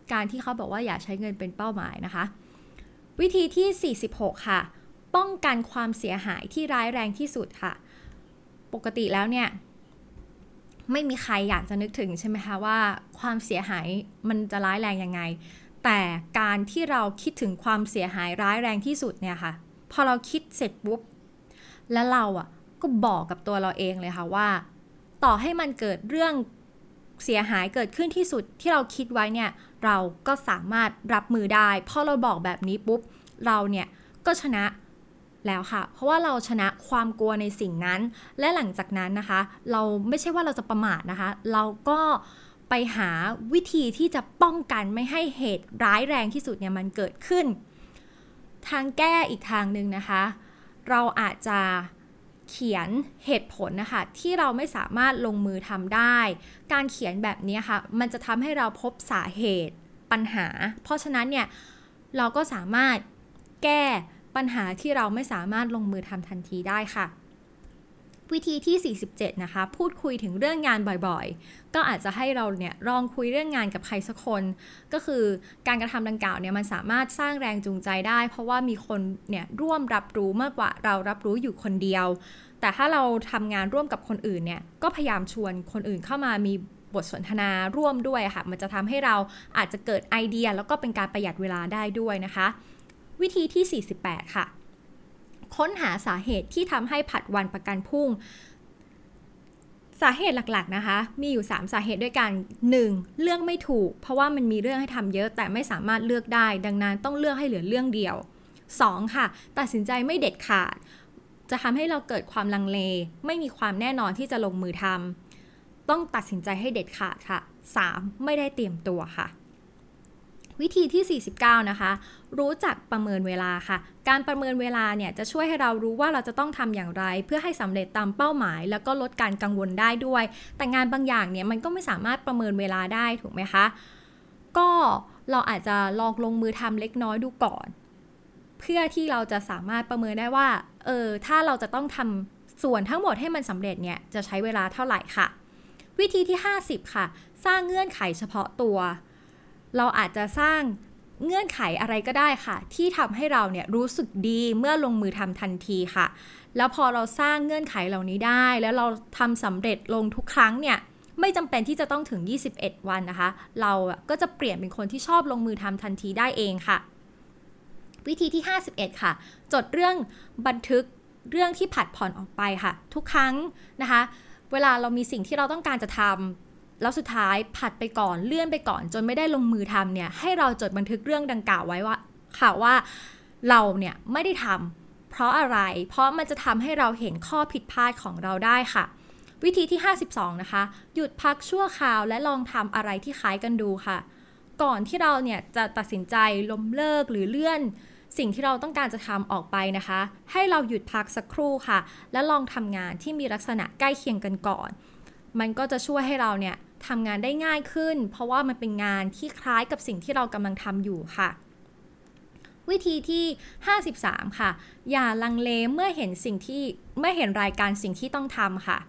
การที่เขาบอกว่าอย่าใช้เงินเป็นเป้าหมายนะคะวิธีที่สี่สิบหกค่ะป้องกันความเสียหายที่ร้ายแรงที่สุดค่ะปกติแล้วเนี่ยไม่มีใครอยากจะนึกถึงใช่ไหมคะว่าความเสียหายมันจะร้ายแรงยังไงแต่การที่เราคิดถึงความเสียหายร้ายแรงที่สุดเนี่ยค่ะพอเราคิดเสร็จปุ๊บแล้วเราอ่ะก็บอกกับตัวเราเองเลยค่ะว่าต่อให้มันเกิดเรื่องเสียหายเกิดขึ้นที่สุดที่เราคิดไว้เนี่ยเราก็สามารถรับมือได้พอเราบอกแบบนี้ปุ๊บเราเนี่ยก็ชนะแล้วค่ะเพราะว่าเราชนะความกลัวในสิ่งนั้นและหลังจากนั้นนะคะเราไม่ใช่ว่าเราจะประมาทนะคะเราก็ไปหาวิธีที่จะป้องกันไม่ให้เหตุร้ายแรงที่สุดเนี่ยมันเกิดขึ้นทางแก้อีกทางนึงนะคะเราอาจจะเขียนเหตุผลนะคะที่เราไม่สามารถลงมือทำได้การเขียนแบบนี้ค่ะมันจะทำให้เราพบสาเหตุปัญหาเพราะฉะนั้นเนี่ยเราก็สามารถแก้ปัญหาที่เราไม่สามารถลงมือทำทันทีได้ค่ะวิธีที่สี่สิบเจ็ดนะคะพูดคุยถึงเรื่องงานบ่อยๆก็อาจจะให้เราเนี่ยลองคุยเรื่องงานกับใครสักคนก็คือการกระทำดังกล่าวเนี่ยมันสามารถสร้างแรงจูงใจได้เพราะว่ามีคนเนี่ยร่วมรับรู้มากกว่าเรารับรู้อยู่คนเดียวแต่ถ้าเราทำงานร่วมกับคนอื่นเนี่ยก็พยายามชวนคนอื่นเข้ามามีบทสนทนาร่วมด้วยค่ะมันจะทำให้เราอาจจะเกิดไอเดียแล้วก็เป็นการประหยัดเวลาได้ด้วยนะคะวิธีที่สี่สิบแปดค่ะค้นหาสาเหตุที่ทำให้ผัดวันประกันพรุ่งสาเหตุหลักๆนะคะมีอยู่สามสาเหตุด้วยกัน หนึ่ง เลือกไม่ถูกเพราะว่ามันมีเรื่องให้ทำเยอะแต่ไม่สามารถเลือกได้ดังนั้นต้องเลือกให้เหลือเรื่องเดียว สอง ค่ะตัดสินใจไม่เด็ดขาดจะทำให้เราเกิดความลังเลไม่มีความแน่นอนที่จะลงมือทำต้องตัดสินใจให้เด็ดขาดค่ะ สาม ไม่ได้เตรียมตัวค่ะวิธีที่สี่สิบเก้านะคะรู้จักประเมินเวลาค่ะการประเมินเวลาเนี่ยจะช่วยให้เรารู้ว่าเราจะต้องทำอย่างไรเพื่อให้สำเร็จตามเป้าหมายแล้วก็ลดการกังวลได้ด้วยแต่งานบางอย่างเนี่ยมันก็ไม่สามารถประเมินเวลาได้ถูกไหมคะก็เราอาจจะลองลงมือทำเล็กน้อยดูก่อนเพื่อที่เราจะสามารถประเมินได้ว่าเออถ้าเราจะต้องทำส่วนทั้งหมดให้มันสำเร็จเนี่ยจะใช้เวลาเท่าไหร่ค่ะวิธีที่ห้าสิบค่ะสร้างเงื่อนไขเฉพาะตัวเราอาจจะสร้างเงื่อนไขอะไรก็ได้ค่ะที่ทำให้เราเนี่ยรู้สึกดีเมื่อลงมือทำทันทีค่ะแล้วพอเราสร้างเงื่อนไขเหล่านี้ได้แล้วเราทำสำเร็จลงทุกครั้งเนี่ยไม่จำเป็นที่จะต้องถึงยี่สิบเอ็ดวันนะคะเราก็จะเปลี่ยนเป็นคนที่ชอบลงมือทำทันทีได้เองค่ะวิธีที่ห้าสิบเอ็ดค่ะจดเรื่องบันทึกเรื่องที่ผัดผ่อนออกไปค่ะทุกครั้งนะคะเวลาเรามีสิ่งที่เราต้องการจะทำแล้วสุดท้ายผัดไปก่อนเลื่อนไปก่อนจนไม่ได้ลงมือทำเนี่ยให้เราจดบันทึกเรื่องดังกล่าวไว้ว่าค่ะว่าเราเนี่ยไม่ได้ทำเพราะอะไรเพราะมันจะทำให้เราเห็นข้อผิดพลาดของเราได้ค่ะวิธีที่ห้าสิบสองนะคะหยุดพักชั่วคราวและลองทำอะไรที่คล้ายกันดูค่ะก่อนที่เราเนี่ยจะตัดสินใจล้มเลิกหรือเลื่อนสิ่งที่เราต้องการจะทำออกไปนะคะให้เราหยุดพักสักครู่ค่ะและลองทำงานที่มีลักษณะใกล้เคียงกันก่อนมันก็จะช่วยให้เราเนี่ยทำงานได้ง่ายขึ้นเพราะว่ามันเป็นงานที่คล้ายกับสิ่งที่เรากำลังทำอยู่ค่ะวิธีที่ห้าสิบสามค่ะอย่าลังเลเมื่อเห็นสิ่งที่เมื่อเห็นรายการสิ่งที่ต้องทำค่ะ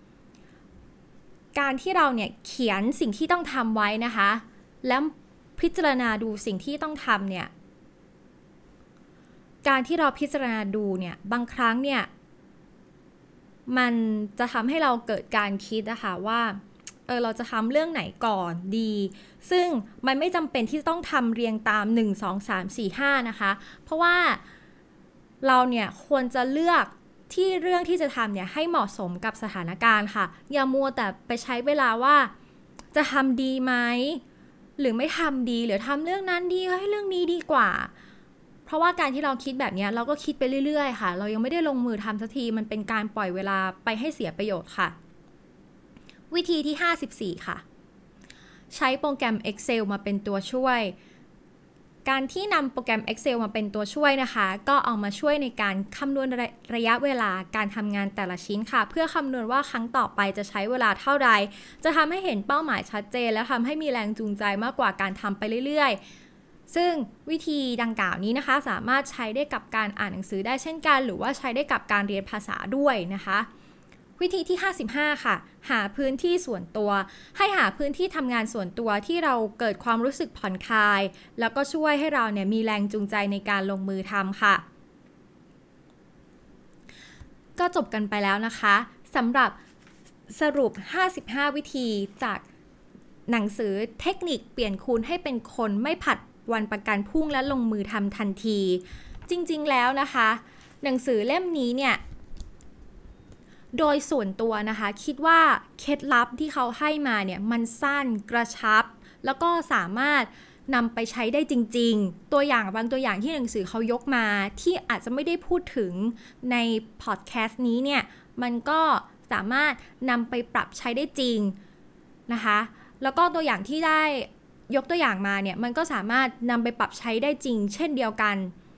การที่เราเนี่ยเขียนสิ่งที่ต้องทำไว้นะคะแล้วพิจารณาดูสิ่งที่ต้องทำเนี่ยการที่เราพิจารณาดูเนี่ยบางครั้งเนี่ยมันจะทำให้เราเกิดการคิดนะคะว่าเออเราจะทำเรื่องไหนก่อนดีซึ่งมันไม่จำเป็นที่ต้องทำเรียงตามหนึ่ง สอง สาม สี่ ห้านะคะเพราะว่าเราเนี่ยควรจะเลือกที่เรื่องที่จะทำเนี่ยให้เหมาะสมกับสถานการณ์ค่ะอย่ามัวแต่ไปใช้เวลาว่าจะทำดีไหมหรือไม่ทำดีหรือทำเรื่องนั้นดีให้เรื่องนี้ดีกว่าเพราะว่าการที่เราคิดแบบนี้เราก็คิดไปเรื่อยๆค่ะเรายังไม่ได้ลงมือทำสักทีมันเป็นการปล่อยเวลาไปให้เสียประโยชน์ค่ะวิธีที่ห้าสิบสี่ค่ะใช้โปรแกรม Excel มาเป็นตัวช่วยการที่นำโปรแกรม Excel มาเป็นตัวช่วยนะคะก็เอามาช่วยในการคำนวณระระยะเวลาการทำงานแต่ละชิ้นค่ะเพื่อคำนวณว่าครั้งต่อไปจะใช้เวลาเท่าใดจะทำให้เห็นเป้าหมายชัดเจนและทำให้มีแรงจูงใจมากกว่าการทำไปเรื่อยๆซึ่งวิธีดังกล่าวนี้นะคะสามารถใช้ได้กับการอ่านหนังสือได้เช่นกันหรือว่าใช้ได้กับการเรียนภาษาด้วยนะคะวิธีที่ห้าสิบห้าค่ะหาพื้นที่ส่วนตัวให้หาพื้นที่ทำงานส่วนตัวที่เราเกิดความรู้สึกผ่อนคลายแล้วก็ช่วยให้เราเนี่ยมีแรงจูงใจในการลงมือทำค่ะก็จบกันไปแล้วนะคะสำหรับสรุปห้าสิบห้าวิธีจากหนังสือเทคนิคเปลี่ยนคุณให้เป็นคนไม่ผัดวันประกันพรุ่งและลงมือทำทันทีจริงๆแล้วนะคะหนังสือเล่มนี้เนี่ยโดยส่วนตัวนะคะคิดว่าเคล็ดลับที่เขาให้มาเนี่ยมันสั้นกระชับแล้วก็สามารถนำไปใช้ได้จริงๆตัวอย่างบางตัวอย่างที่หนังสือเขายกมาที่อาจจะไม่ได้พูดถึงในพอดแคสต์นี้เนี่ยมันก็สามารถนำไปปรับใช้ได้จริงนะคะแล้วก็ตัวอย่างที่ได้ยกตัวอย่างมาเนี่ยมันก็สามารถนำไปปรับใช้ได้จริงเช่นเดียวกัน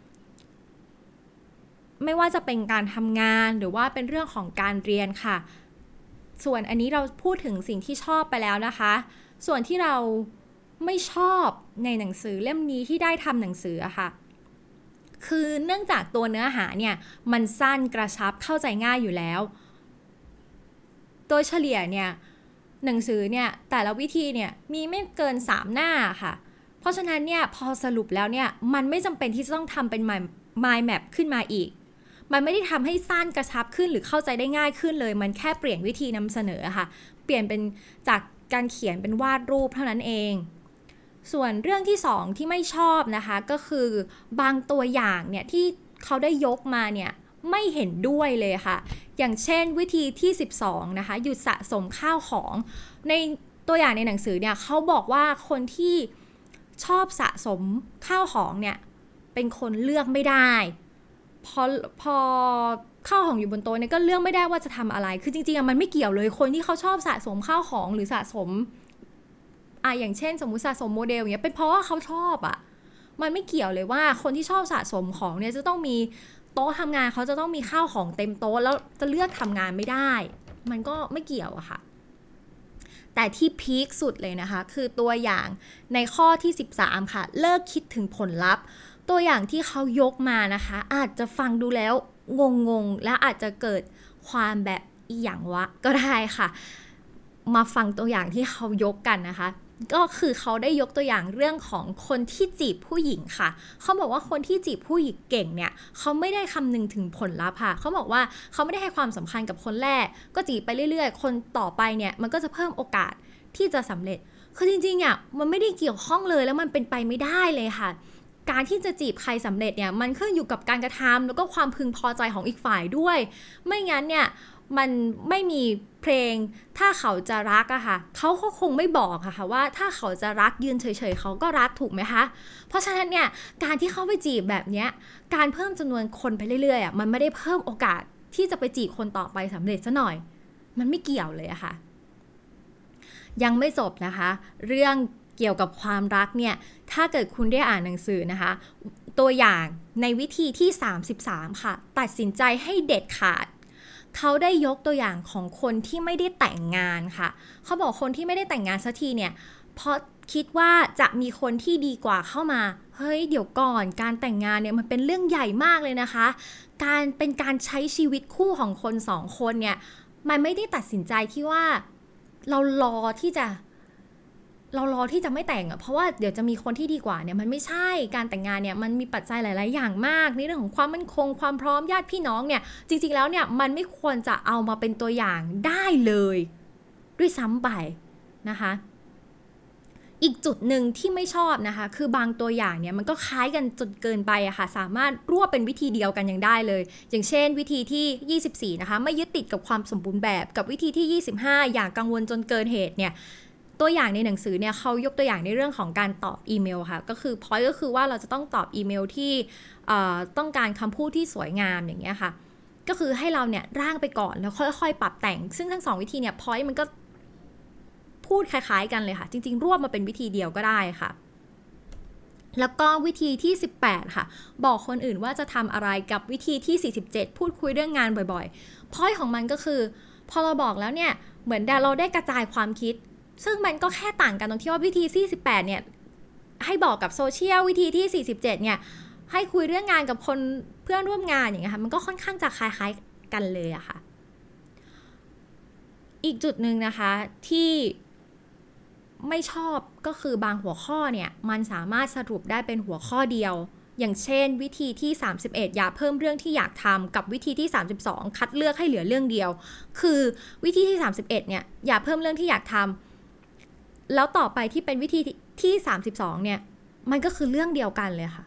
ไม่ว่าจะเป็นการทำงานหรือว่าเป็นเรื่องของการเรียนค่ะส่วนอันนี้เราพูดถึงสิ่งที่ชอบไปแล้วนะคะส่วนที่เราไม่ชอบในหนังสือเล่มนี้ที่ได้ทำหนังสืออะค่ะคือเนื่องจากตัวเนื้อหาเนี่ยมันสั้นกระชับเข้าใจง่ายอยู่แล้วโดยเฉลี่ยเนี่ยหนังสือเนี่ยแต่ละวิธีเนี่ยมีไม่เกินสามหน้าค่ะเพราะฉะนั้นเนี่ยพอสรุปแล้วเนี่ยมันไม่จำเป็นที่จะต้องทำเป็น mind map ขึ้นมาอีกมันไม่ได้ทำให้สั้นกระชับขึ้นหรือเข้าใจได้ง่ายขึ้นเลยมันแค่เปลี่ยนวิธีนำเสนอค่ะเปลี่ยนเป็นจากการเขียนเป็นวาดรูปเท่านั้นเองส่วนเรื่องที่สองที่ไม่ชอบนะคะก็คือบางตัวอย่างเนี่ยที่เขาได้ยกมาเนี่ยไม่เห็นด้วยเลยค่ะอย่างเช่นวิธีที่สิบสองนะคะหยุดสะสมข้าวของในตัวอย่างในหนังสือเนี่ยเขาบอกว่าคนที่ชอบสะสมข้าวของเนี่ยเป็นคนเลือกไม่ได้พอพอข้าวของอยู่บนโต๊ะเนี่ยก็เลือกไม่ได้ว่าจะทำอะไรคือจริงๆมันไม่เกี่ยวเลยคนที่เขาชอบสะสมข้าวของหรือสะสมอ่ะอย่างเช่นสมมุติสะสมโมเดลอย่างเงี้ยเป็นเพราะว่าเขาชอบอ่ะมันไม่เกี่ยวเลยว่าคนที่ชอบสะสมของเนี่ยจะต้องมีโต๊ะทำงานเขาจะต้องมีข้าวของเต็มโต๊ะแล้วจะเลือกทำงานไม่ได้มันก็ไม่เกี่ยวอะค่ะแต่ที่พีคสุดเลยนะคะคือตัวอย่างในข้อที่สิบสามค่ะเลิกคิดถึงผลลัพธ์ตัวอย่างที่เขายกมานะคะอาจจะฟังดูแล้วงงๆและอาจจะเกิดความแบบอีหยังวะก็ได้ค่ะมาฟังตัวอย่างที่เขายกกันนะคะก็คือเขาได้ยกตัวอย่างเรื่องของคนที่จีบผู้หญิงค่ะเขาบอกว่าคนที่จีบผู้หญิงเก่งเนี่ยเขาไม่ได้คำนึงถึงผลลัพธ์ค่ะเขาบอกว่าเขาไม่ได้ให้ความสำคัญกับคนแรกก็จีบไปเรื่อยๆคนต่อไปเนี่ยมันก็จะเพิ่มโอกาสที่จะสำเร็จคือจริงๆอ่ะมันไม่ได้เกี่ยวข้องเลยแล้วมันเป็นไปไม่ได้เลยค่ะการที่จะจีบใครสำเร็จเนี่ยมันขึ้นอยู่กับการกระทำแล้วก็ความพึงพอใจของอีกฝ่ายด้วยไม่งั้นเนี่ยมันไม่มีเพลงถ้าเขาจะรักอะค่ะเขาก็คงไม่บอกอะค่ะว่าถ้าเขาจะรักยืนเฉยๆเขาก็รักถูกไหมคะเพราะฉะนั้นเนี่ยการที่เขาไปจีบแบบเนี้ยการเพิ่มจำนวนคนไปเรื่อยๆอะมันไม่ได้เพิ่มโอกาสที่จะไปจีบคนต่อไปสำเร็จซะหน่อยมันไม่เกี่ยวเลยอะค่ะยังไม่จบนะคะเรื่องเกี่ยวกับความรักเนี่ยถ้าเกิดคุณได้อ่านหนังสือนะคะตัวอย่างในวิธีที่สามสิบสามค่ะตัดสินใจให้เด็ดขาดเขาได้ยกตัวอย่างของคนที่ไม่ได้แต่งงานค่ะเขาบอกคนที่ไม่ได้แต่งงานสักทีเนี่ยเพราะคิดว่าจะมีคนที่ดีกว่าเข้ามาเฮ้ยเดี๋ยวก่อนการแต่งงานเนี่ยมันเป็นเรื่องใหญ่มากเลยนะคะการเป็นการใช้ชีวิตคู่ของคนสองคนเนี่ยมันไม่ได้ตัดสินใจที่ว่าเรารอที่จะเรารอที่จะไม่แต่งอ่ะเพราะว่าเดี๋ยวจะมีคนที่ดีกว่าเนี่ยมันไม่ใช่การแต่งงานเนี่ยมันมีปัจจัยหลายๆอย่างมากในเรื่องของความมั่นคงความพร้อมญาติพี่น้องเนี่ยจริงๆแล้วเนี่ยมันไม่ควรจะเอามาเป็นตัวอย่างได้เลยด้วยซ้ำไปนะคะอีกจุดหนึ่งที่ไม่ชอบนะคะคือบางตัวอย่างเนี่ยมันก็คล้ายกันจนเกินไปอะค่ะสามารถรวบเป็นวิธีเดียวกันยังได้เลยอย่างเช่นวิธีที่ยี่สิบสี่นะคะไม่ยึดติดกับความสมบูรณ์แบบกับวิธีที่ยี่สิบห้าอย่างกังวลจนเกินเหตุเนี่ยตัวอย่างในหนังสือเนี่ยเขายกตัวอย่างในเรื่องของการตอบอีเมลค่ะก็คือ point ก็คือว่าเราจะต้องตอบอีเมลที่ต้องการคำพูดที่สวยงามอย่างเงี้ยค่ะก็คือให้เราเนี่ยร่างไปก่อนแล้วค่อยๆปรับแต่งซึ่งทั้งสองวิธีเนี่ย point มันก็พูดคล้ายๆกันเลยค่ะจริงๆรวบมาเป็นวิธีเดียวก็ได้ค่ะแล้วก็วิธีที่สิบแปดค่ะบอกคนอื่นว่าจะทำอะไรกับวิธีที่สี่สิบเจ็ดพูดคุยเรื่องงานบ่อยๆ point ของมันก็คือพอเราบอกแล้วเนี่ยเหมือนเราได้กระจายความคิดซึ่งมันก็แค่ต่างกันตรงที่ว่าวิธีที่สิบแปดเนี่ยให้บอกกับโซเชียลวิธีที่สี่สิบเจ็ดเนี่ยให้คุยเรื่องงานกับคนเพื่อนร่วมงานอย่างเงี้ยค่ะมันก็ค่อนข้างจะคล้ายๆกันเลยอะค่ะอีกจุดหนึ่งนะคะที่ไม่ชอบก็คือบางหัวข้อเนี่ยมันสามารถสรุปได้เป็นหัวข้อเดียวอย่างเช่นวิธีที่สามสิบเอ็ดอย่าเพิ่มเรื่องที่อยากทำกับวิธีที่สามสิบสองคัดเลือกให้เหลือเรื่องเดียวคือวิธีที่สามสิบเอ็ดเนี่ยอย่าเพิ่มเรื่องที่อยากทำแล้วต่อไปที่เป็นวิธีที่สามสิบสองเนี่ยมันก็คือเรื่องเดียวกันเลยค่ะ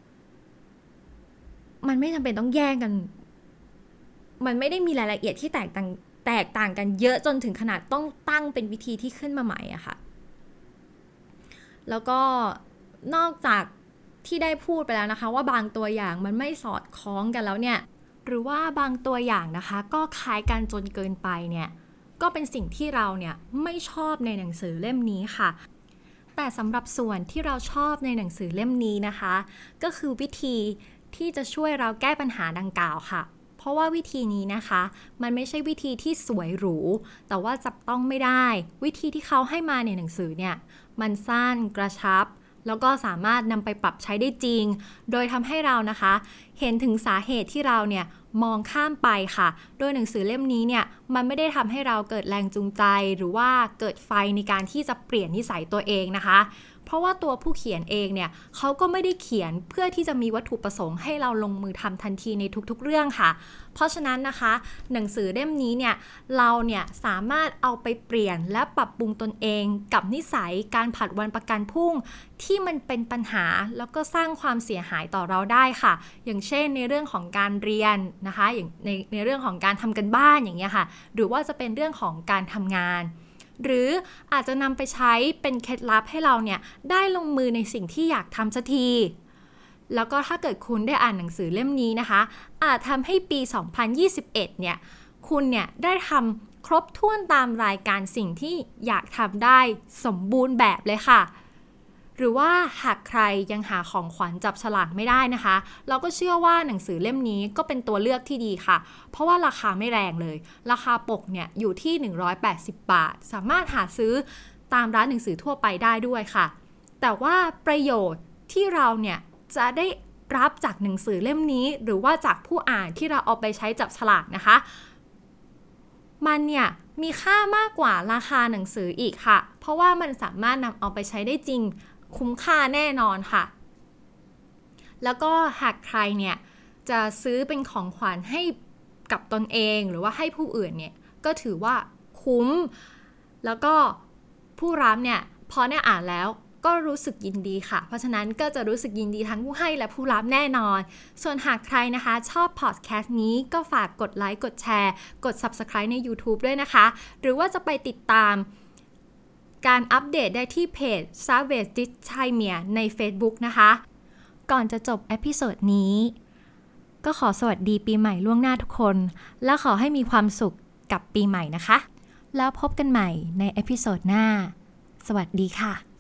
มันไม่จำเป็นต้องแย่งกันมันไม่ได้มีรายละเอียดที่แตกต่างแตกต่างกันเยอะจนถึงขนาดต้องตั้งเป็นวิธีที่ขึ้นมาใหม่อะค่ะแล้วก็นอกจากที่ได้พูดไปแล้วนะคะว่าบางตัวอย่างมันไม่สอดคล้องกันแล้วเนี่ยหรือว่าบางตัวอย่างนะคะก็คล้ายกันจนเกินไปเนี่ยก็เป็นสิ่งที่เราเนี่ยไม่ชอบในหนังสือเล่มนี้ค่ะแต่สำหรับส่วนที่เราชอบในหนังสือเล่มนี้นะคะก็คือวิธีที่จะช่วยเราแก้ปัญหาดังกล่าวค่ะเพราะว่าวิธีนี้นะคะมันไม่ใช่วิธีที่สวยหรูแต่ว่าจับต้องไม่ได้วิธีที่เขาให้มาในหนังสือเนี่ยมันสั้นกระชับแล้วก็สามารถนำไปปรับใช้ได้จริงโดยทำให้เรานะคะเห็นถึงสาเหตุที่เราเนี่ยมองข้ามไปค่ะโดยหนังสือเล่มนี้เนี่ยมันไม่ได้ทำให้เราเกิดแรงจูงใจหรือว่าเกิดไฟในการที่จะเปลี่ยนนิสัยตัวเองนะคะเพราะว่าตัวผู้เขียนเองเนี่ยเขาก็ไม่ได้เขียนเพื่อที่จะมีวัตถุประสงค์ให้เราลงมือทำทันทีในทุกๆเรื่องค่ะเพราะฉะนั้นนะคะหนังสือเล่มนี้เนี่ยเราเนี่ยสามารถเอาไปเปลี่ยนและปรับปรุงตนเองกับนิสัยการผัดวันประกันพรุ่งที่มันเป็นปัญหาแล้วก็สร้างความเสียหายต่อเราได้ค่ะอย่างเช่นในเรื่องของการเรียนนะคะอย่างในในเรื่องของการทำกันบ้านอย่างเงี้ยค่ะหรือว่าจะเป็นเรื่องของการทำงานหรืออาจจะนำไปใช้เป็นเคล็ดลับให้เราเนี่ยได้ลงมือในสิ่งที่อยากทำสักทีแล้วก็ถ้าเกิดคุณได้อ่านหนังสือเล่มนี้นะคะอาจทำให้ปีสองพันยี่สิบเอ็ดเนี่ยคุณเนี่ยได้ทำครบถ้วนตามรายการสิ่งที่อยากทำได้สมบูรณ์แบบเลยค่ะหรือว่าหากใครยังหาของขวัญจับฉลากไม่ได้นะคะเราก็เชื่อว่าหนังสือเล่มนี้ก็เป็นตัวเลือกที่ดีค่ะเพราะว่าราคาไม่แรงเลยราคาปกเนี่ยอยู่ที่หนึ่งร้อยแปดสิบบาทสามารถหาซื้อตามร้านหนังสือทั่วไปได้ด้วยค่ะแต่ว่าประโยชน์ที่เราเนี่ยจะได้รับจากหนังสือเล่มนี้หรือว่าจากผู้อ่านที่เราเอาไปใช้จับฉลากนะคะมันเนี่ยมีค่ามากกว่าราคาหนังสืออีกค่ะเพราะว่ามันสามารถนำเอาไปใช้ได้จริงคุ้มค่าแน่นอนค่ะแล้วก็หากใครเนี่ยจะซื้อเป็นของขวัญให้กับตนเองหรือว่าให้ผู้อื่นเนี่ยก็ถือว่าคุ้มแล้วก็ผู้รับเนี่ยพอได้อ่านแล้วก็รู้สึกยินดีค่ะเพราะฉะนั้นก็จะรู้สึกยินดีทั้งผู้ให้และผู้รับแน่นอนส่วนหากใครนะคะชอบพอดแคสต์นี้ก็ฝากกดไลค์กดแชร์กด ซับสไครบ์ ใน YouTube ด้วยนะคะหรือว่าจะไปติดตามการอัปเดตได้ที่เพจ Savage Dysphagia ใน Facebook นะคะก่อนจะจบเอพิโซดนี้ก็ขอสวัสดีปีใหม่ล่วงหน้าทุกคนและขอให้มีความสุขกับปีใหม่นะคะแล้วพบกันใหม่ในเอพิโซดหน้าสวัสดีค่ะ